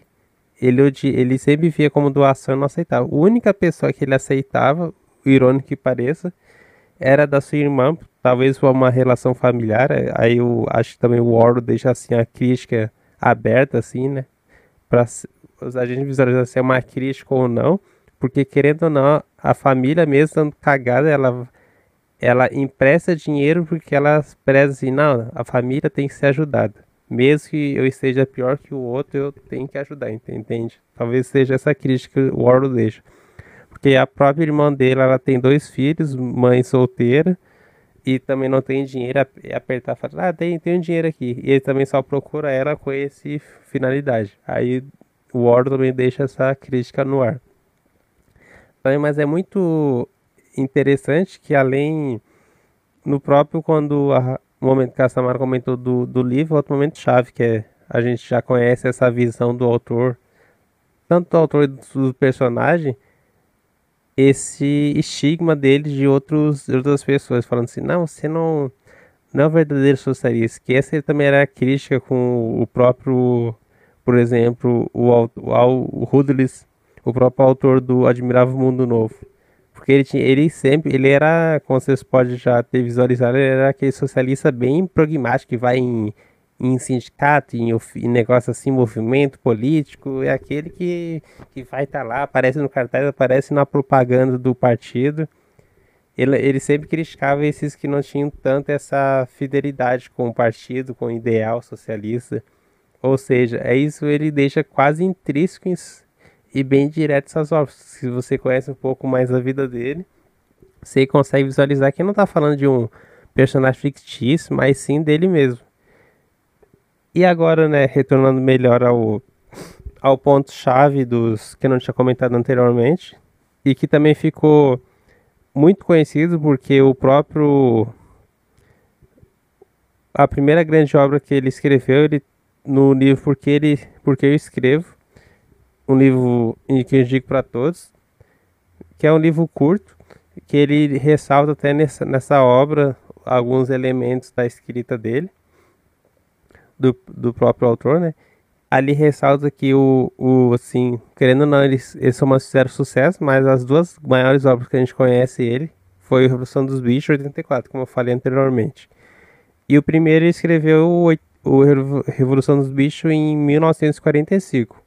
Ele sempre via como doação e não aceitava. A única pessoa que ele aceitava, o irônico que pareça, era da sua irmã, talvez por uma relação familiar. Aí eu acho que também o Orwell deixa assim a crítica aberta, assim, né? Para a gente visualizar se é uma crítica ou não, porque querendo ou não, a família mesmo estando cagada, ela empresta dinheiro porque ela preza assim, não, a família tem que ser ajudada. Mesmo que eu esteja pior que o outro, eu tenho que ajudar, entende? Talvez seja essa crítica que o Orwell deixa. Porque a própria irmã dele, ela tem 2 filhos, mãe solteira, e também não tem dinheiro, apertar e falar, tem um dinheiro aqui. E ele também só procura ela com essa finalidade. Aí o Orwell também deixa essa crítica no ar. Mas é muito interessante que além no próprio o momento que a Samara comentou do livro, outro momento chave que a gente já conhece essa visão do autor, tanto do autor do personagem, esse estigma dele de outras pessoas falando assim, não, você não é um verdadeiro socialista, que essa também era a crítica com o próprio, por exemplo, o Rudlis, o próprio autor do Admirável Mundo Novo. Porque ele era, como vocês podem já ter visualizado, ele era aquele socialista bem pragmático, que vai em sindicato, em negócio assim, movimento político, é aquele que vai estar lá, aparece no cartaz, aparece na propaganda do partido. Ele sempre criticava esses que não tinham tanto essa fidelidade com o partido, com o ideal socialista. Ou seja, isso ele deixa quase intrínseco e bem direto essas obras. Se você conhece um pouco mais a vida dele, você consegue visualizar que não está falando de um personagem fictício, mas sim dele mesmo. E agora, né, retornando melhor ao ponto-chave dos que eu não tinha comentado anteriormente, e que também ficou muito conhecido porque a primeira grande obra que ele escreveu, no livro Porque Eu Escrevo, um livro que eu indico para todos, que é um livro curto, que ele ressalta até nessa obra alguns elementos da escrita dele, do próprio autor, né? Ali ressalta que assim, querendo ou não, eles são fizeram sucesso, mas as 2 maiores obras que a gente conhece ele foi a Revolução dos Bichos, 84, como eu falei anteriormente. E o primeiro ele escreveu o Revolução dos Bichos em 1945.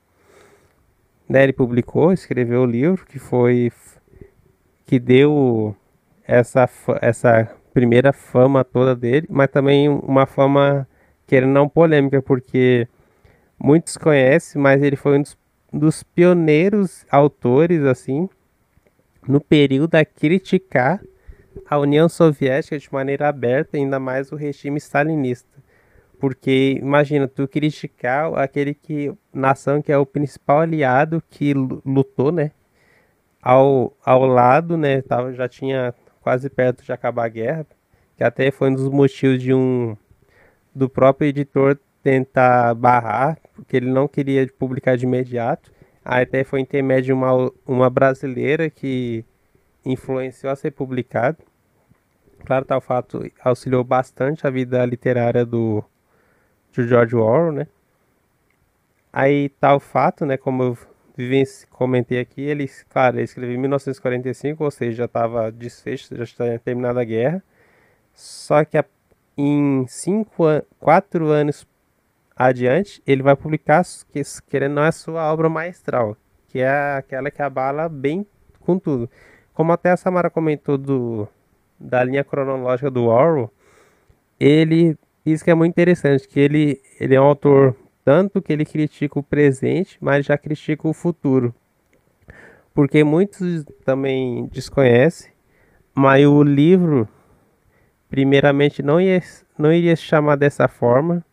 Né, ele escreveu o livro que deu essa primeira fama toda dele, mas também uma fama que era não polêmica, porque muitos conhecem, mas ele foi um dos pioneiros autores, assim, no período a criticar a União Soviética de maneira aberta, ainda mais o regime stalinista. Porque imagina, tu criticar aquele nação que é o principal aliado que lutou, né, ao lado, né, já tinha quase perto de acabar a guerra, que até foi um dos motivos do próprio editor tentar barrar, porque ele não queria publicar de imediato. Aí até foi intermédio de uma brasileira que influenciou a ser publicado. Claro, tal fato auxiliou bastante a vida literária de George Orwell, né? Aí tal fato, né, como eu comentei aqui, claro, ele escreveu em 1945, ou seja, já estava desfecho, já tinha terminado a guerra. Só que em 4 anos adiante, ele vai publicar, querendo ou não, é a sua obra maestral, que é aquela que abala bem com tudo. Como até a Samara comentou da linha cronológica do Orwell, isso que é muito interessante, que ele é um autor tanto que ele critica o presente, mas já critica o futuro. Porque muitos também desconhecem, mas o livro, primeiramente, não iria se chamar dessa forma.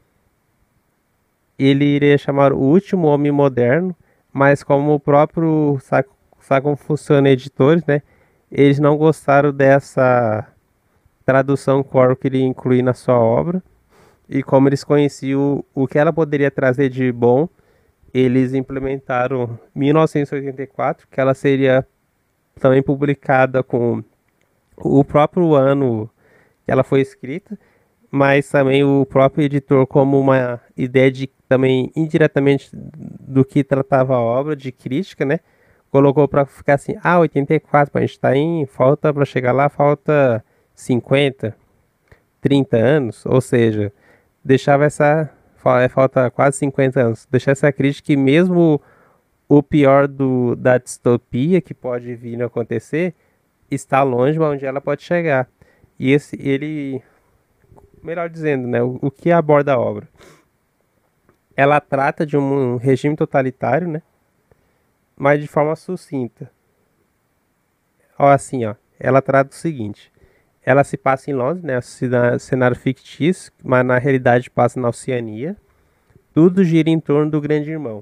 Ele iria chamar O Último Homem Moderno, mas como o próprio sabe como funciona editores, né? Eles não gostaram dessa tradução que o Orwell queria incluir na sua obra. E como eles conheciam o que ela poderia trazer de bom, eles implementaram 1984, que ela seria também publicada com o próprio ano que ela foi escrita, mas também o próprio editor como uma ideia de também indiretamente do que tratava a obra, de crítica, né? Colocou para ficar assim, 84, a gente tá falta para chegar lá, falta 50, 30 anos, ou seja, deixava falta quase 50 anos, deixar essa crítica que mesmo o pior da distopia que pode vir a acontecer está longe, mas onde ela pode chegar. E ele, melhor dizendo, né, o que aborda a obra? Ela trata de um regime totalitário, né, mas de forma sucinta. Ela trata o seguinte: ela se passa em Londres, né, cenário fictício, mas na realidade passa na Oceania. Tudo gira em torno do Grande Irmão.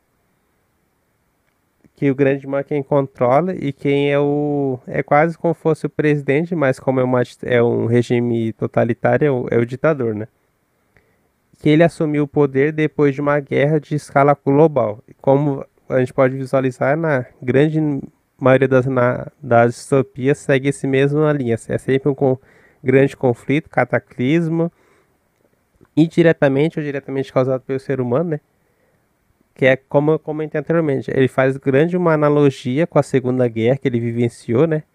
Que o Grande Irmão é quem controla e quem é quase como fosse o presidente, mas como é um regime totalitário, é o ditador, né? Que ele assumiu o poder depois de uma guerra de escala global. Como a gente pode visualizar, na grande maioria das distopias segue esse mesmo linha. É sempre um grande conflito, cataclismo, indiretamente ou diretamente causado pelo ser humano, né? Que é como eu comentei anteriormente. Ele faz uma analogia com a Segunda Guerra que ele vivenciou, né?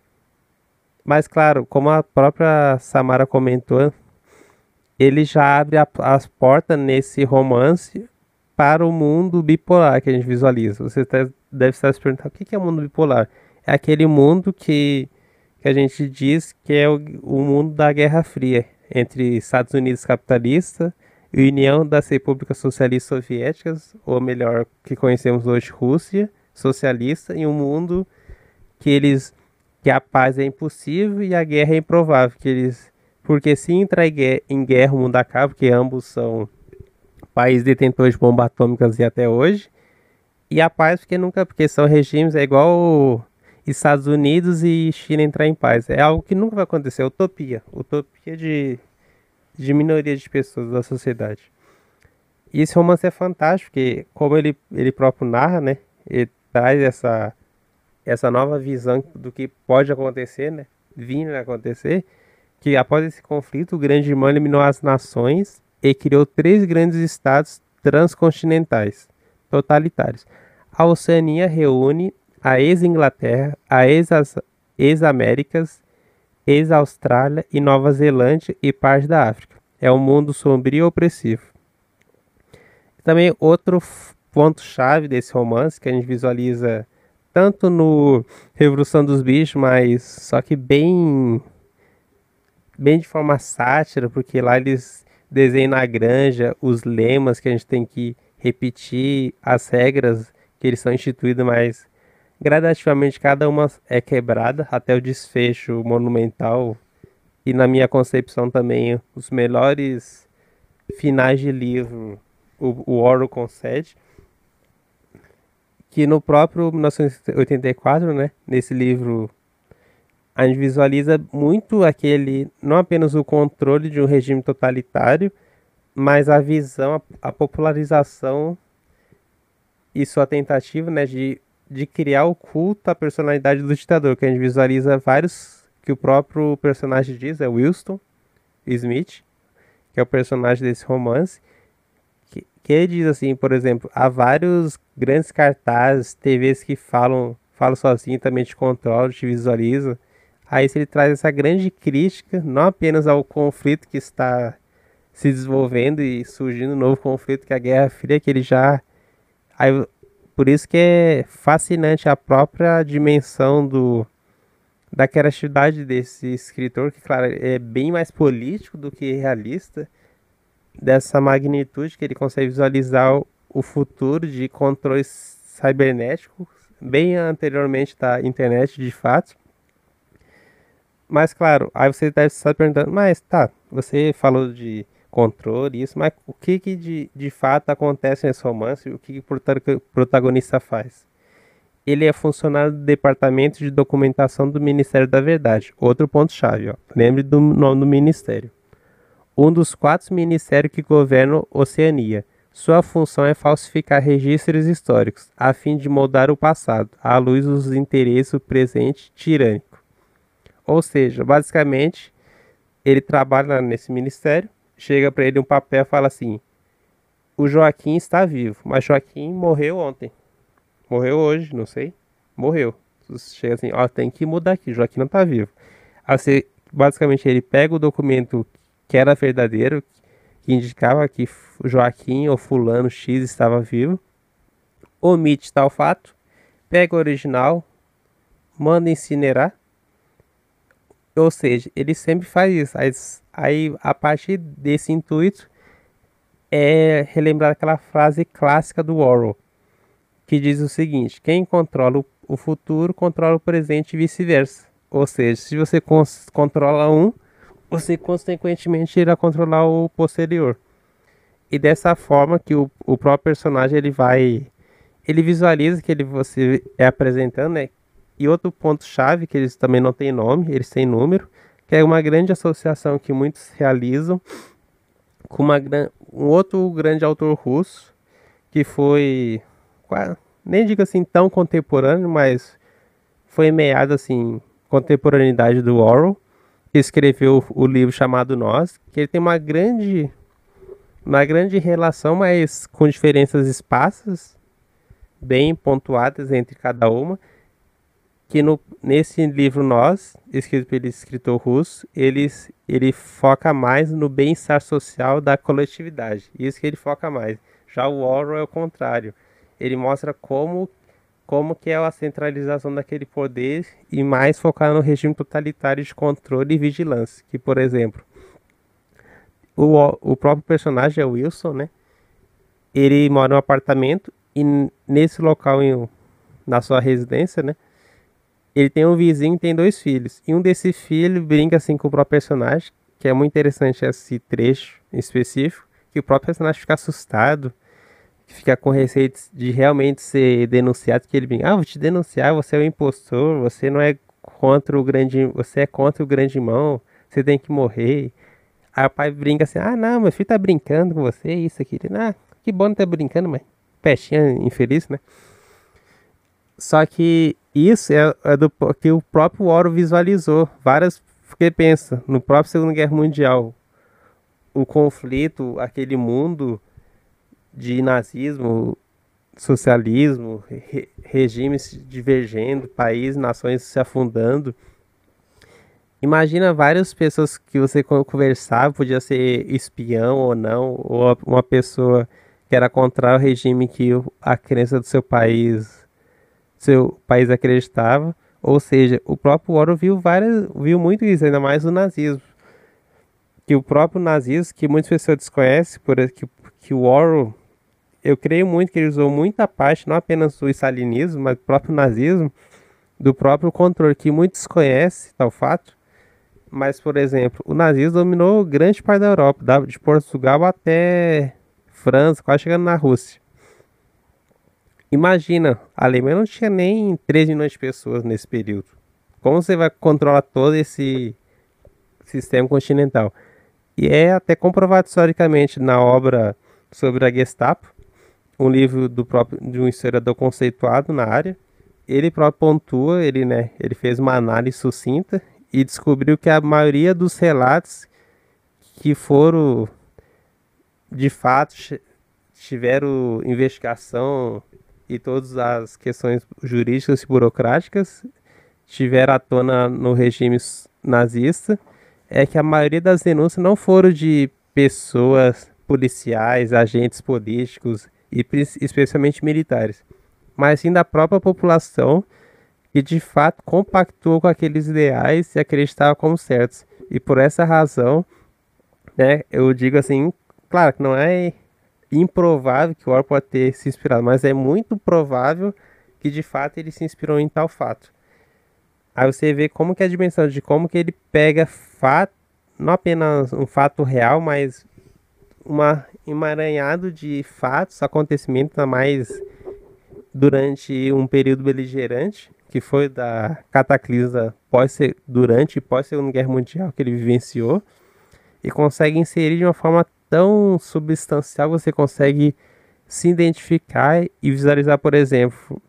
Mas claro, como a própria Samara comentou, ele já abre as portas nesse romance para o mundo bipolar que a gente visualiza. Você deve estar se perguntando, o que é o mundo bipolar? É aquele mundo que a gente diz que é o mundo da Guerra Fria, entre Estados Unidos capitalista e União das Repúblicas Socialistas Soviéticas, ou melhor, que conhecemos hoje, Rússia socialista, e um mundo que a paz é impossível e a guerra é improvável, porque se entrar em guerra o mundo acaba, porque ambos são países detentores de bombas atômicas e até hoje. E a paz porque são regimes, é igual Estados Unidos e China entrar em paz. É algo que nunca vai acontecer, é utopia. Utopia de minoria de pessoas da sociedade. E esse romance é fantástico, porque como ele próprio narra, né? Ele traz essa nova visão do que pode acontecer, né? Vindo a acontecer, que após esse conflito, o Grande Irmão eliminou as nações e criou 3 grandes estados transcontinentais, totalitários. A Oceania reúne a ex-Inglaterra, a ex-Américas, ex-Austrália e Nova Zelândia e parte da África. É um mundo sombrio e opressivo. Também outro ponto-chave desse romance, que a gente visualiza tanto no Revolução dos Bichos, mas só que bem de forma sátira, porque lá eles desenham na granja os lemas que a gente tem que repetir, as regras que eles são instituídos, mas gradativamente cada uma é quebrada até o desfecho monumental. E na minha concepção também, os melhores finais de livro o Orwell concede. Que no próprio 1984, né, nesse livro, a gente visualiza muito aquele, não apenas o controle de um regime totalitário, mas a visão, a popularização e sua tentativa, né, de criar o culto à personalidade do ditador, que a gente visualiza vários, que o próprio personagem diz, é Winston Smith, que é o personagem desse romance, que ele diz assim, por exemplo, há vários grandes cartazes, TVs que falam sozinho, também te controlam, te visualiza. Aí ele traz essa grande crítica, não apenas ao conflito que está se desenvolvendo e surgindo um novo conflito, que é a Guerra Fria, que ele já... Aí, por isso que é fascinante a própria dimensão da criatividade desse escritor, que, claro, é bem mais político do que realista, dessa magnitude que ele consegue visualizar o futuro de controles cibernéticos, bem anteriormente da internet, de fato. Mas, claro, aí você deve estar perguntando, mas tá, você falou de controle e isso, mas o que de fato acontece nesse romance? O que o protagonista faz? Ele é funcionário do Departamento de Documentação do Ministério da Verdade. Outro ponto-chave, ó. Lembre do nome do ministério. Um dos 4 ministérios que governam Oceania. Sua função é falsificar registros históricos, a fim de moldar o passado, à luz dos interesses do presente tirânico. Ou seja, basicamente, ele trabalha nesse ministério, chega para ele um papel e fala assim: o Joaquim está vivo, mas Joaquim morreu ontem. Morreu hoje, não sei. Morreu. Chega assim, ó, tem que mudar aqui, Joaquim não está vivo. Aí você, basicamente, ele pega o documento que era verdadeiro, que indicava que Joaquim ou fulano X estava vivo, omite tal fato, pega o original, manda incinerar, ou seja, ele sempre faz isso. Aí a partir desse intuito, é relembrar aquela frase clássica do Orwell, que diz o seguinte: quem controla o futuro, controla o presente e vice-versa. Ou seja, se você controla um, você consequentemente irá controlar o posterior. E dessa forma que o próprio personagem ele visualiza que você é apresentando, né? E outro ponto chave, que eles também não têm nome, eles têm número, que é uma grande associação que muitos realizam com um outro grande autor russo, que foi, nem digo assim tão contemporâneo, mas foi meado assim, contemporaneidade do Orwell, que escreveu o livro chamado Nós, que ele tem uma grande relação, mas com diferenças esparsas, bem pontuadas entre cada uma, que nesse livro Nós, escrito pelo escritor russo, ele foca mais no bem-estar social da coletividade, isso que ele foca mais. Já o Orwell é o contrário, ele mostra como que é a centralização daquele poder e mais focar no regime totalitário de controle e vigilância. Que, por exemplo, o próprio personagem é o Wilson, né? Ele mora em um apartamento e nesse local, na sua residência, né? Ele tem um vizinho e tem 2 filhos. E um desses filhos brinca assim com o próprio personagem, que é muito interessante esse trecho em específico, que o próprio personagem fica assustado, fica com receio de realmente ser denunciado, que ele brinca: vou te denunciar, você é um impostor, você não é contra o grande, você é contra o grande irmão, você tem que morrer. Aí o pai brinca assim: não, meu filho tá brincando com você, isso aqui. Que bom não tá brincando, mas peixinha infeliz, né? Só que isso é do que o próprio Orwell visualizou. Porque pensa, no próprio Segunda Guerra Mundial, o conflito, aquele mundo de nazismo, socialismo, regimes divergendo, países, nações se afundando. Imagina várias pessoas que você conversava, podia ser espião ou não, ou uma pessoa que era contra o regime que a crença do seu país seu país acreditava. Ou seja, o próprio Orwell viu muito isso, ainda mais o nazismo. Que o próprio nazismo, que muitas pessoas desconhecem, que o Orwell, eu creio muito que ele usou muita parte, não apenas do stalinismo, mas do próprio nazismo, do próprio controle, que muitos conhecem, tal fato. Mas, por exemplo, o nazismo dominou grande parte da Europa, de Portugal até França, quase chegando na Rússia. Imagina, a Alemanha não tinha nem 3 milhões de pessoas nesse período. Como você vai controlar todo esse sistema continental? E é até comprovado historicamente na obra sobre a Gestapo, um livro de um historiador conceituado na área. Ele próprio pontua, ele fez uma análise sucinta e descobriu que a maioria dos relatos que foram, de fato, tiveram investigação e todas as questões jurídicas e burocráticas tiveram à tona no regime nazista, é que a maioria das denúncias não foram de pessoas policiais, agentes políticos e especialmente militares, mas sim da própria população que de fato compactuou com aqueles ideais e acreditava como certos. E por essa razão, né, eu digo assim, claro que não é improvável que o Orwell pode ter se inspirado, mas é muito provável que de fato ele se inspirou em tal fato. Aí você vê como que é a dimensão de como que ele pega fato, não apenas um fato real, mas um emaranhado de fatos, acontecimentos a mais durante um período beligerante, que foi da cataclisma durante e pós Segunda Guerra Mundial que ele vivenciou, e consegue inserir de uma forma tão substancial, você consegue se identificar e visualizar, por exemplo.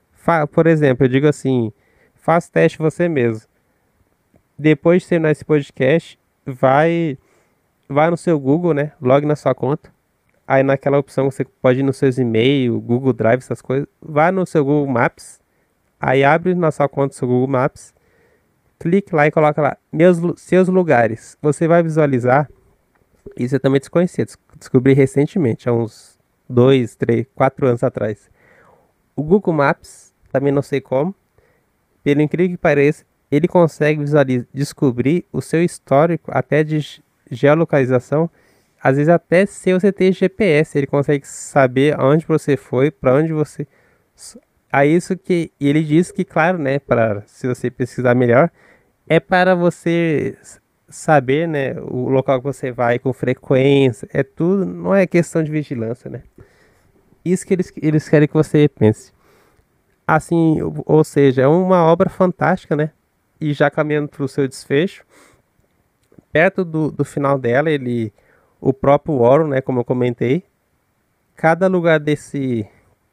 Eu digo assim, faz teste você mesmo. Depois de terminar esse podcast, vai no seu Google, né? Logue na sua conta. Aí naquela opção você pode ir nos seus e-mails, Google Drive, essas coisas. Vai no seu Google Maps. Aí abre na sua conta o seu Google Maps. Clique lá e coloca lá seus lugares. Você vai visualizar. Isso eu também desconhecia. Descobri recentemente, há uns 2, 3, 4 anos atrás. O Google Maps, também não sei como, pelo incrível que pareça, ele consegue descobrir o seu histórico até de geolocalização. Às vezes até se você tem GPS, ele consegue saber aonde você foi, para onde você... isso que ele diz que, claro, né, se você pesquisar melhor, é para você saber, né, o local que você vai com frequência, é tudo, não é questão de vigilância, né? Isso que eles querem que você pense. Assim, ou seja, é uma obra fantástica, né? E já caminhando para o seu desfecho, perto do final dela, o próprio Orwell, né, como eu comentei, cada lugar desse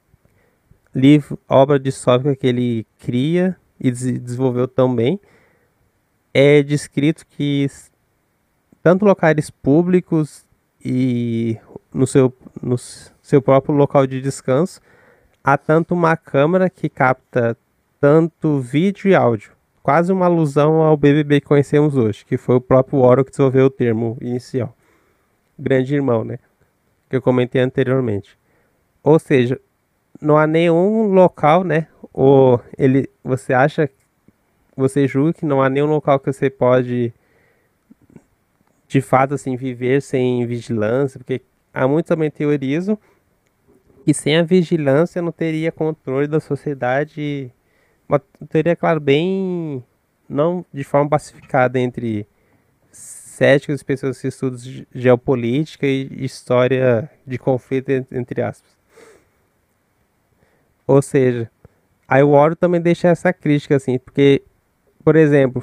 livro, obra distópica que ele cria e desenvolveu tão bem, é descrito que tanto locais públicos e no seu próprio local de descanso, há tanto uma câmera que capta tanto vídeo e áudio. Quase uma alusão ao BBB que conhecemos hoje, que foi o próprio Orwell que desenvolveu o termo inicial. Grande irmão, né? Que eu comentei anteriormente. Ou seja, não há nenhum local, né? Você julga que não há nenhum local que você pode, de fato, assim, viver sem vigilância, porque há muitos também teorizam que sem a vigilância não teria controle da sociedade, teria, claro, bem, não de forma pacificada entre céticos e pessoas que estudam geopolítica e história de conflito, entre aspas. Ou seja, aí o Orwell também deixa essa crítica, assim, porque, por exemplo,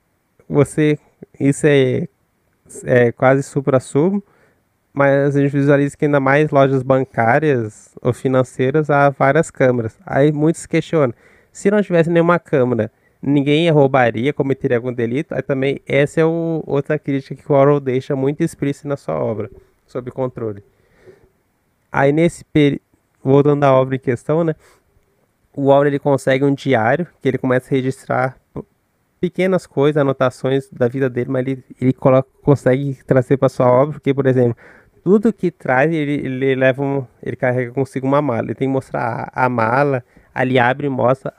isso é quase supra-sumo, mas a gente visualiza que ainda mais lojas bancárias ou financeiras há várias câmeras. Aí muitos questionam, se não tivesse nenhuma câmera, ninguém roubaria, cometeria algum delito? Aí também essa é outra crítica que o Orwell deixa muito explícita na sua obra, sobre controle. Aí voltando à obra em questão, né? O Orwell ele consegue um diário, que ele começa a registrar pequenas coisas, anotações da vida dele, mas ele consegue trazer para sua obra, porque, por exemplo, tudo que traz, ele carrega consigo uma mala. Ele tem que mostrar a mala, ali abre e mostra,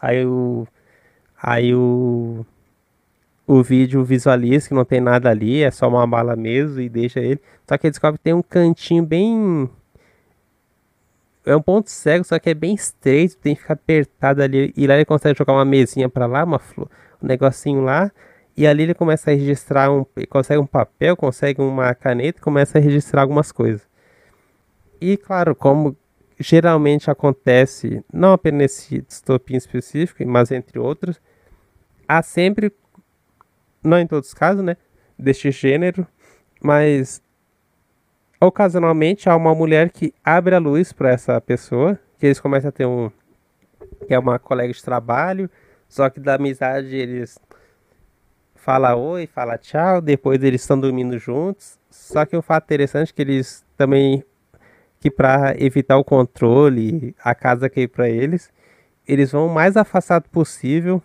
aí o vídeo visualiza que não tem nada ali, é só uma bala mesmo e deixa ele. Só que ele descobre que tem um cantinho bem. É um ponto cego, só que é bem estreito, tem que ficar apertado ali. E lá ele consegue jogar uma mesinha pra lá, um negocinho lá. E ali ele começa a registrar consegue um papel, consegue uma caneta e começa a registrar algumas coisas. E claro, como geralmente acontece, não apenas nesse distopia específico, mas entre outros, há sempre, não em todos os casos, né, deste gênero, mas ocasionalmente há uma mulher que abre a luz para essa pessoa, que eles começam a ter que é uma colega de trabalho, só que da amizade eles falam oi, falam tchau, depois eles estão dormindo juntos. Só que um fato interessante é que eles também, que para evitar o controle, a casa cair para eles vão o mais afastado possível,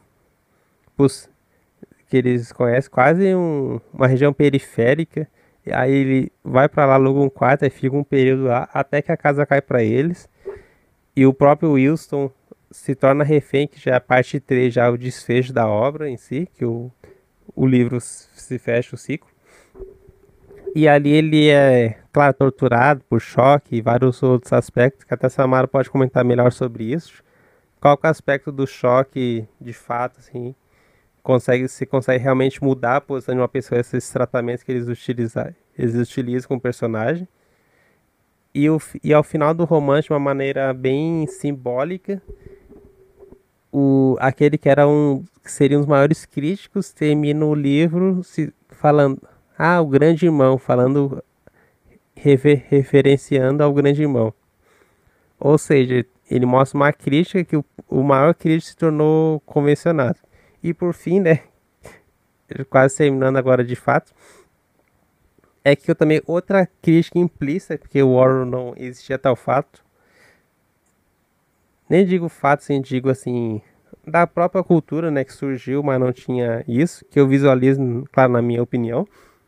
que eles conhecem, quase uma região periférica. E aí ele vai para lá, aluga um quarto, e fica um período lá, até que a casa cai para eles. E o próprio Wilson se torna refém, que já é a parte 3, já é o desfecho da obra em si, que o livro se fecha o ciclo. E ali ele é, claro, torturado por choque e vários outros aspectos, que até a Samara pode comentar melhor sobre isso. Qual que é o aspecto do choque, de fato, assim, se consegue realmente mudar a posição de uma pessoa, esses tratamentos que eles utilizam com o personagem. E ao final do romance, de uma maneira bem simbólica, aquele que seria um dos maiores críticos termina o livro falando, o grande irmão, falando, referenciando ao grande irmão. Ou seja, ele mostra uma crítica que o maior crítico se tornou convencionado. E por fim, né, quase terminando agora de fato, é que eu também, outra crítica implícita, porque o Orwell não existia tal fato, nem digo fato, assim, digo assim, da própria cultura, né, que surgiu, mas não tinha isso, que eu visualizo, claro, na minha opinião,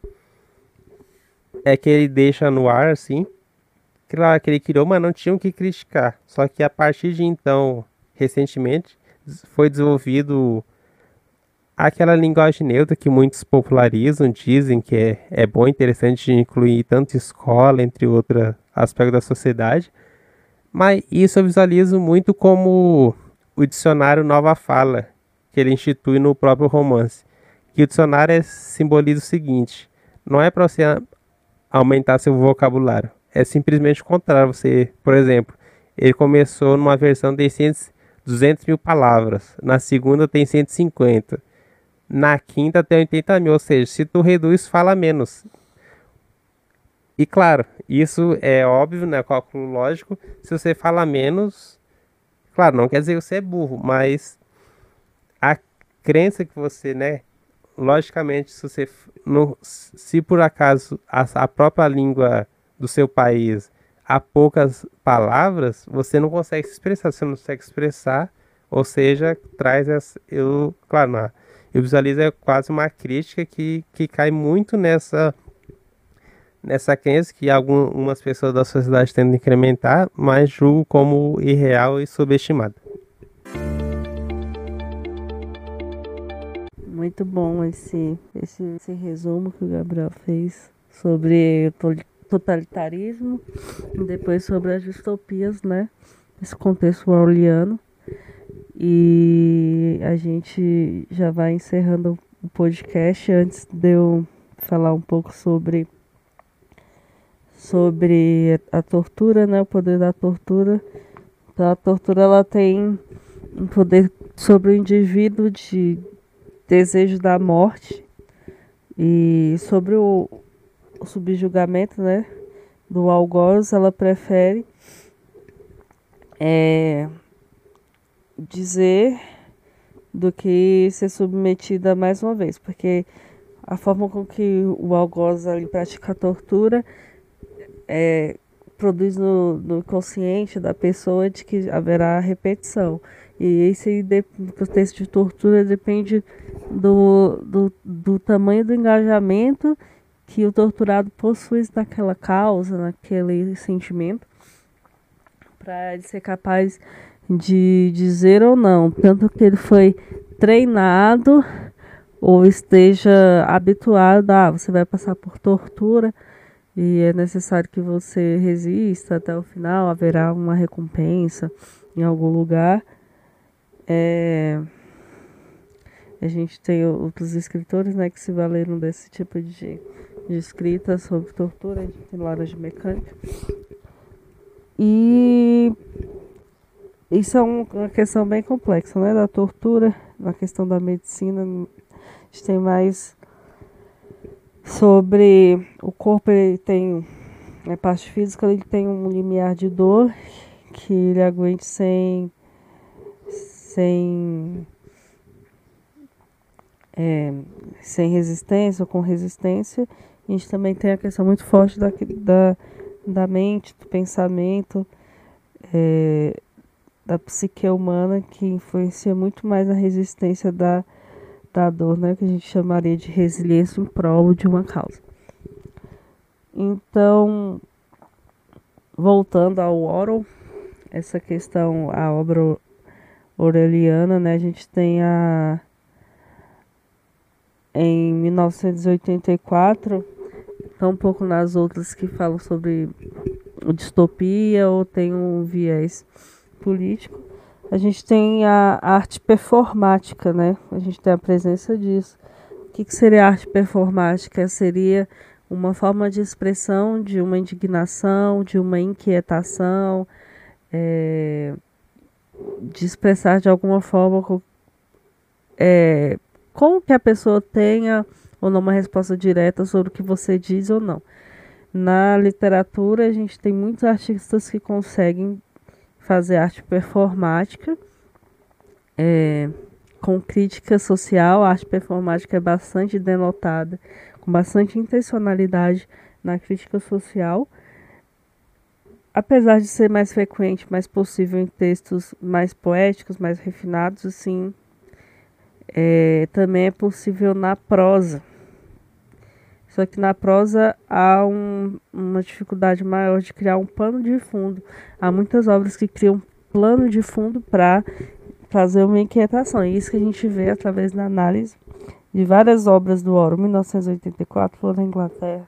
é que ele deixa no ar, assim, claro, que ele criou, mas não tinha o que criticar. Só que a partir de então, recentemente, foi desenvolvido aquela linguagem neutra que muitos popularizam, dizem que é bom e interessante de incluir tanto escola, entre outros aspectos da sociedade. Mas isso eu visualizo muito como o dicionário Nova Fala, que ele institui no próprio romance. Que o dicionário simboliza o seguinte: não é para você aumentar seu vocabulário, é simplesmente o contrário. Você, por exemplo, ele começou numa versão de 200 mil palavras, na segunda tem 150, na quinta tem 80 mil, ou seja, se tu reduz, fala menos. E claro, isso é óbvio, né? Cálculo lógico. Se você fala menos, claro, não quer dizer que você é burro, mas a crença que você, né? Logicamente, se você se por acaso a própria língua do seu país há poucas palavras, você não consegue se expressar, você não consegue expressar, ou seja, traz claro, não, eu visualizo quase uma crítica que cai muito nessa crença que algumas pessoas da sociedade tentam incrementar, mas julgo como irreal e subestimado. Muito bom esse resumo que o Gabriel fez sobre o totalitarismo e depois sobre as distopias, né? Esse contexto orwelliano. E a gente já vai encerrando o podcast. Antes de eu falar um pouco sobre a tortura, né? O poder da tortura. Então, a tortura ela tem um poder sobre o indivíduo de desejo da morte e sobre o subjugamento, né? Do algoz, ela prefere dizer do que ser submetida mais uma vez, porque a forma com que o algoz ali pratica a tortura produz no consciente da pessoa de que haverá repetição. E esse contexto de tortura depende do tamanho do engajamento que o torturado possui naquela causa, naquele sentimento, para ele ser capaz de dizer ou não, tanto que ele foi treinado ou esteja habituado a você vai passar por tortura e é necessário que você resista até o final, haverá uma recompensa em algum lugar. A gente tem outros escritores, né, que se valeram desse tipo de escrita sobre tortura. A gente tem Laranja Mecânica. E isso é uma questão bem complexa, né, da tortura, na questão da medicina. A gente tem mais sobre o corpo. Ele tem a parte física, ele tem um limiar de dor que ele aguente sem sem resistência ou com resistência. A gente também tem a questão muito forte da mente, do pensamento, da psique humana, que influencia muito mais na resistência da dor, né, que a gente chamaria de resiliência em prol de uma causa. Então, voltando ao Orwell, essa questão, a obra orwelliana, né, a gente tem em 1984, um pouco nas outras que falam sobre distopia ou tem um viés político. A gente tem a arte performática, né? A gente tem a presença disso. O que seria a arte performática? Seria uma forma de expressão de uma indignação, de uma inquietação, de expressar de alguma forma como que a pessoa tenha ou não uma resposta direta sobre o que você diz ou não. Na literatura, a gente tem muitos artistas que conseguem fazer arte performática, com crítica social. A arte performática é bastante denotada, com bastante intencionalidade na crítica social. Apesar de ser mais frequente, mais possível em textos mais poéticos, mais refinados, assim, também é possível na prosa. Só que na prosa há uma dificuldade maior de criar um pano de fundo. Há muitas obras que criam plano de fundo para fazer uma inquietação. E isso que a gente vê através da análise de várias obras do Orwell. 1984, Flor da Inglaterra,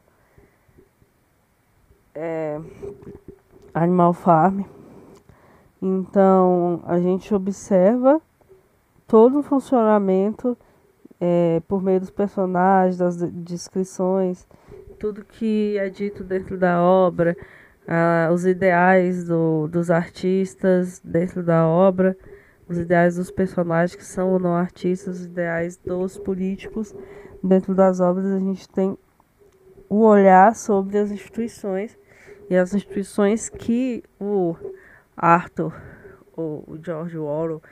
Animal Farm. Então, a gente observa todo o funcionamento por meio dos personagens, das descrições, tudo que é dito dentro da obra, os ideais dos artistas dentro da obra, os ideais dos personagens que são ou não artistas, os ideais dos políticos dentro das obras. A gente tem o olhar sobre as instituições e as instituições que o Arthur, ou o George Orwell,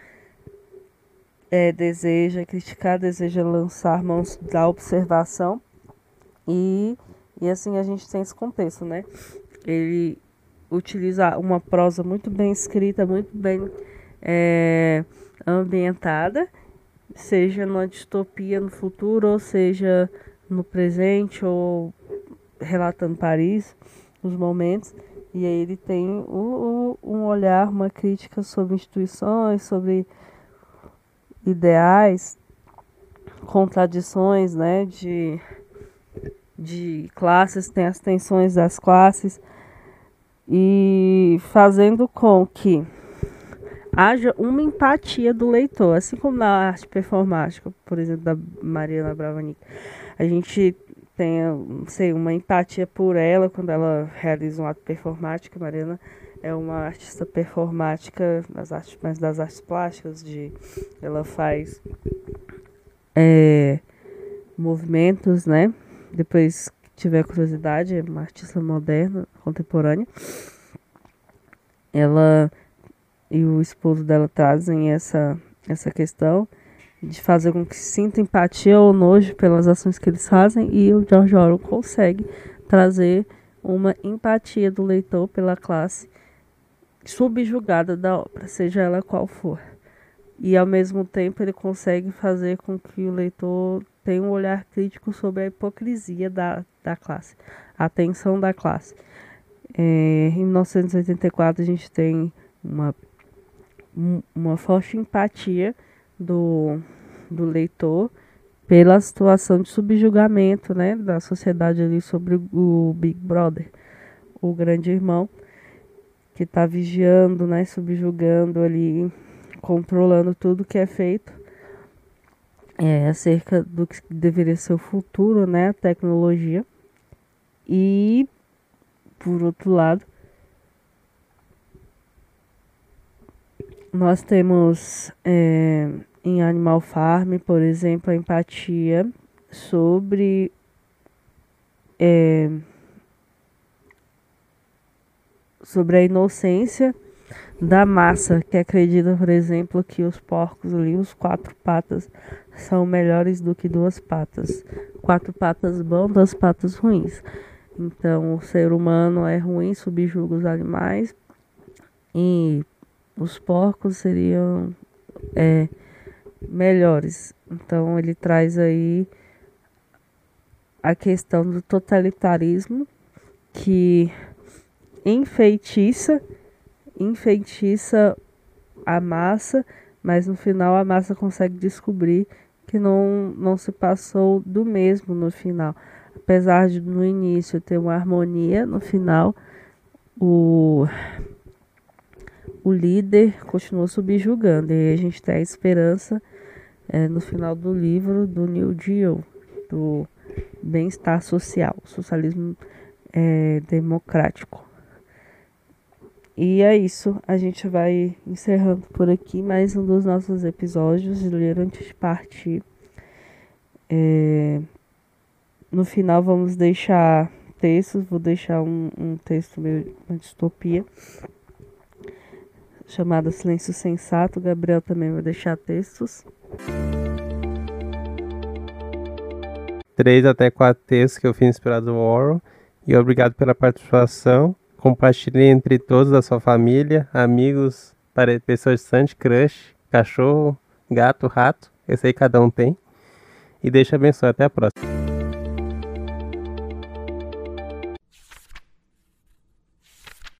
deseja criticar, deseja lançar mãos da observação. E assim a gente tem esse contexto, né? Ele utiliza uma prosa muito bem escrita, muito bem ambientada, seja numa distopia no futuro, ou seja no presente, ou relatando Paris, os momentos. E aí ele tem um olhar, uma crítica sobre instituições, sobre ideais, contradições, né, de classes, tem as tensões das classes, e fazendo com que haja uma empatia do leitor, assim como na arte performática, por exemplo, da Mariana Bravanic. A gente tem, sei, uma empatia por ela quando ela realiza um ato performático. Mariana é uma artista performática das artes plásticas, ela faz movimentos, né? Depois que tiver curiosidade, é uma artista moderna, contemporânea. Ela e o esposo dela trazem essa questão de fazer com que sinta empatia ou nojo pelas ações que eles fazem, e o George Orwell consegue trazer uma empatia do leitor pela classe subjugada da obra, seja ela qual for. E ao mesmo tempo ele consegue fazer com que o leitor tenha um olhar crítico sobre a hipocrisia da classe, a tensão da classe. Em 1984 a gente tem uma forte empatia do leitor pela situação de subjugamento, né, da sociedade ali sobre o Big Brother, o grande irmão, que está vigiando, né, subjugando ali, controlando tudo que é feito acerca do que deveria ser o futuro, né, a tecnologia. E, por outro lado, nós temos em Animal Farm, por exemplo, a empatia sobre a inocência da massa, que acredita, por exemplo, que os porcos ali, os 4 patas, são melhores do que 2 patas. 4 patas bons, 2 patas ruins. Então, o ser humano é ruim, subjuga os animais, e os porcos seriam melhores. Então, ele traz aí a questão do totalitarismo, que enfeitiça a massa, mas no final a massa consegue descobrir que não se passou do mesmo no final. Apesar de no início ter uma harmonia, no final o líder continuou subjugando. E a gente tem a esperança no final do livro do New Deal, do bem-estar social, socialismo democrático. E é isso, a gente vai encerrando por aqui mais um dos nossos episódios de Ler Antes de Partir. No final vamos deixar textos, vou deixar um texto meio uma distopia, chamado Silêncio Sensato. O Gabriel também vai deixar textos. 3 até 4 textos que eu fiz inspirado no Orwell. E obrigado pela participação. Compartilhe entre todos da sua família, amigos, pessoas distantes, crush, cachorro, gato, rato. Esse aí cada um tem. E Deus te abençoe. Até a próxima.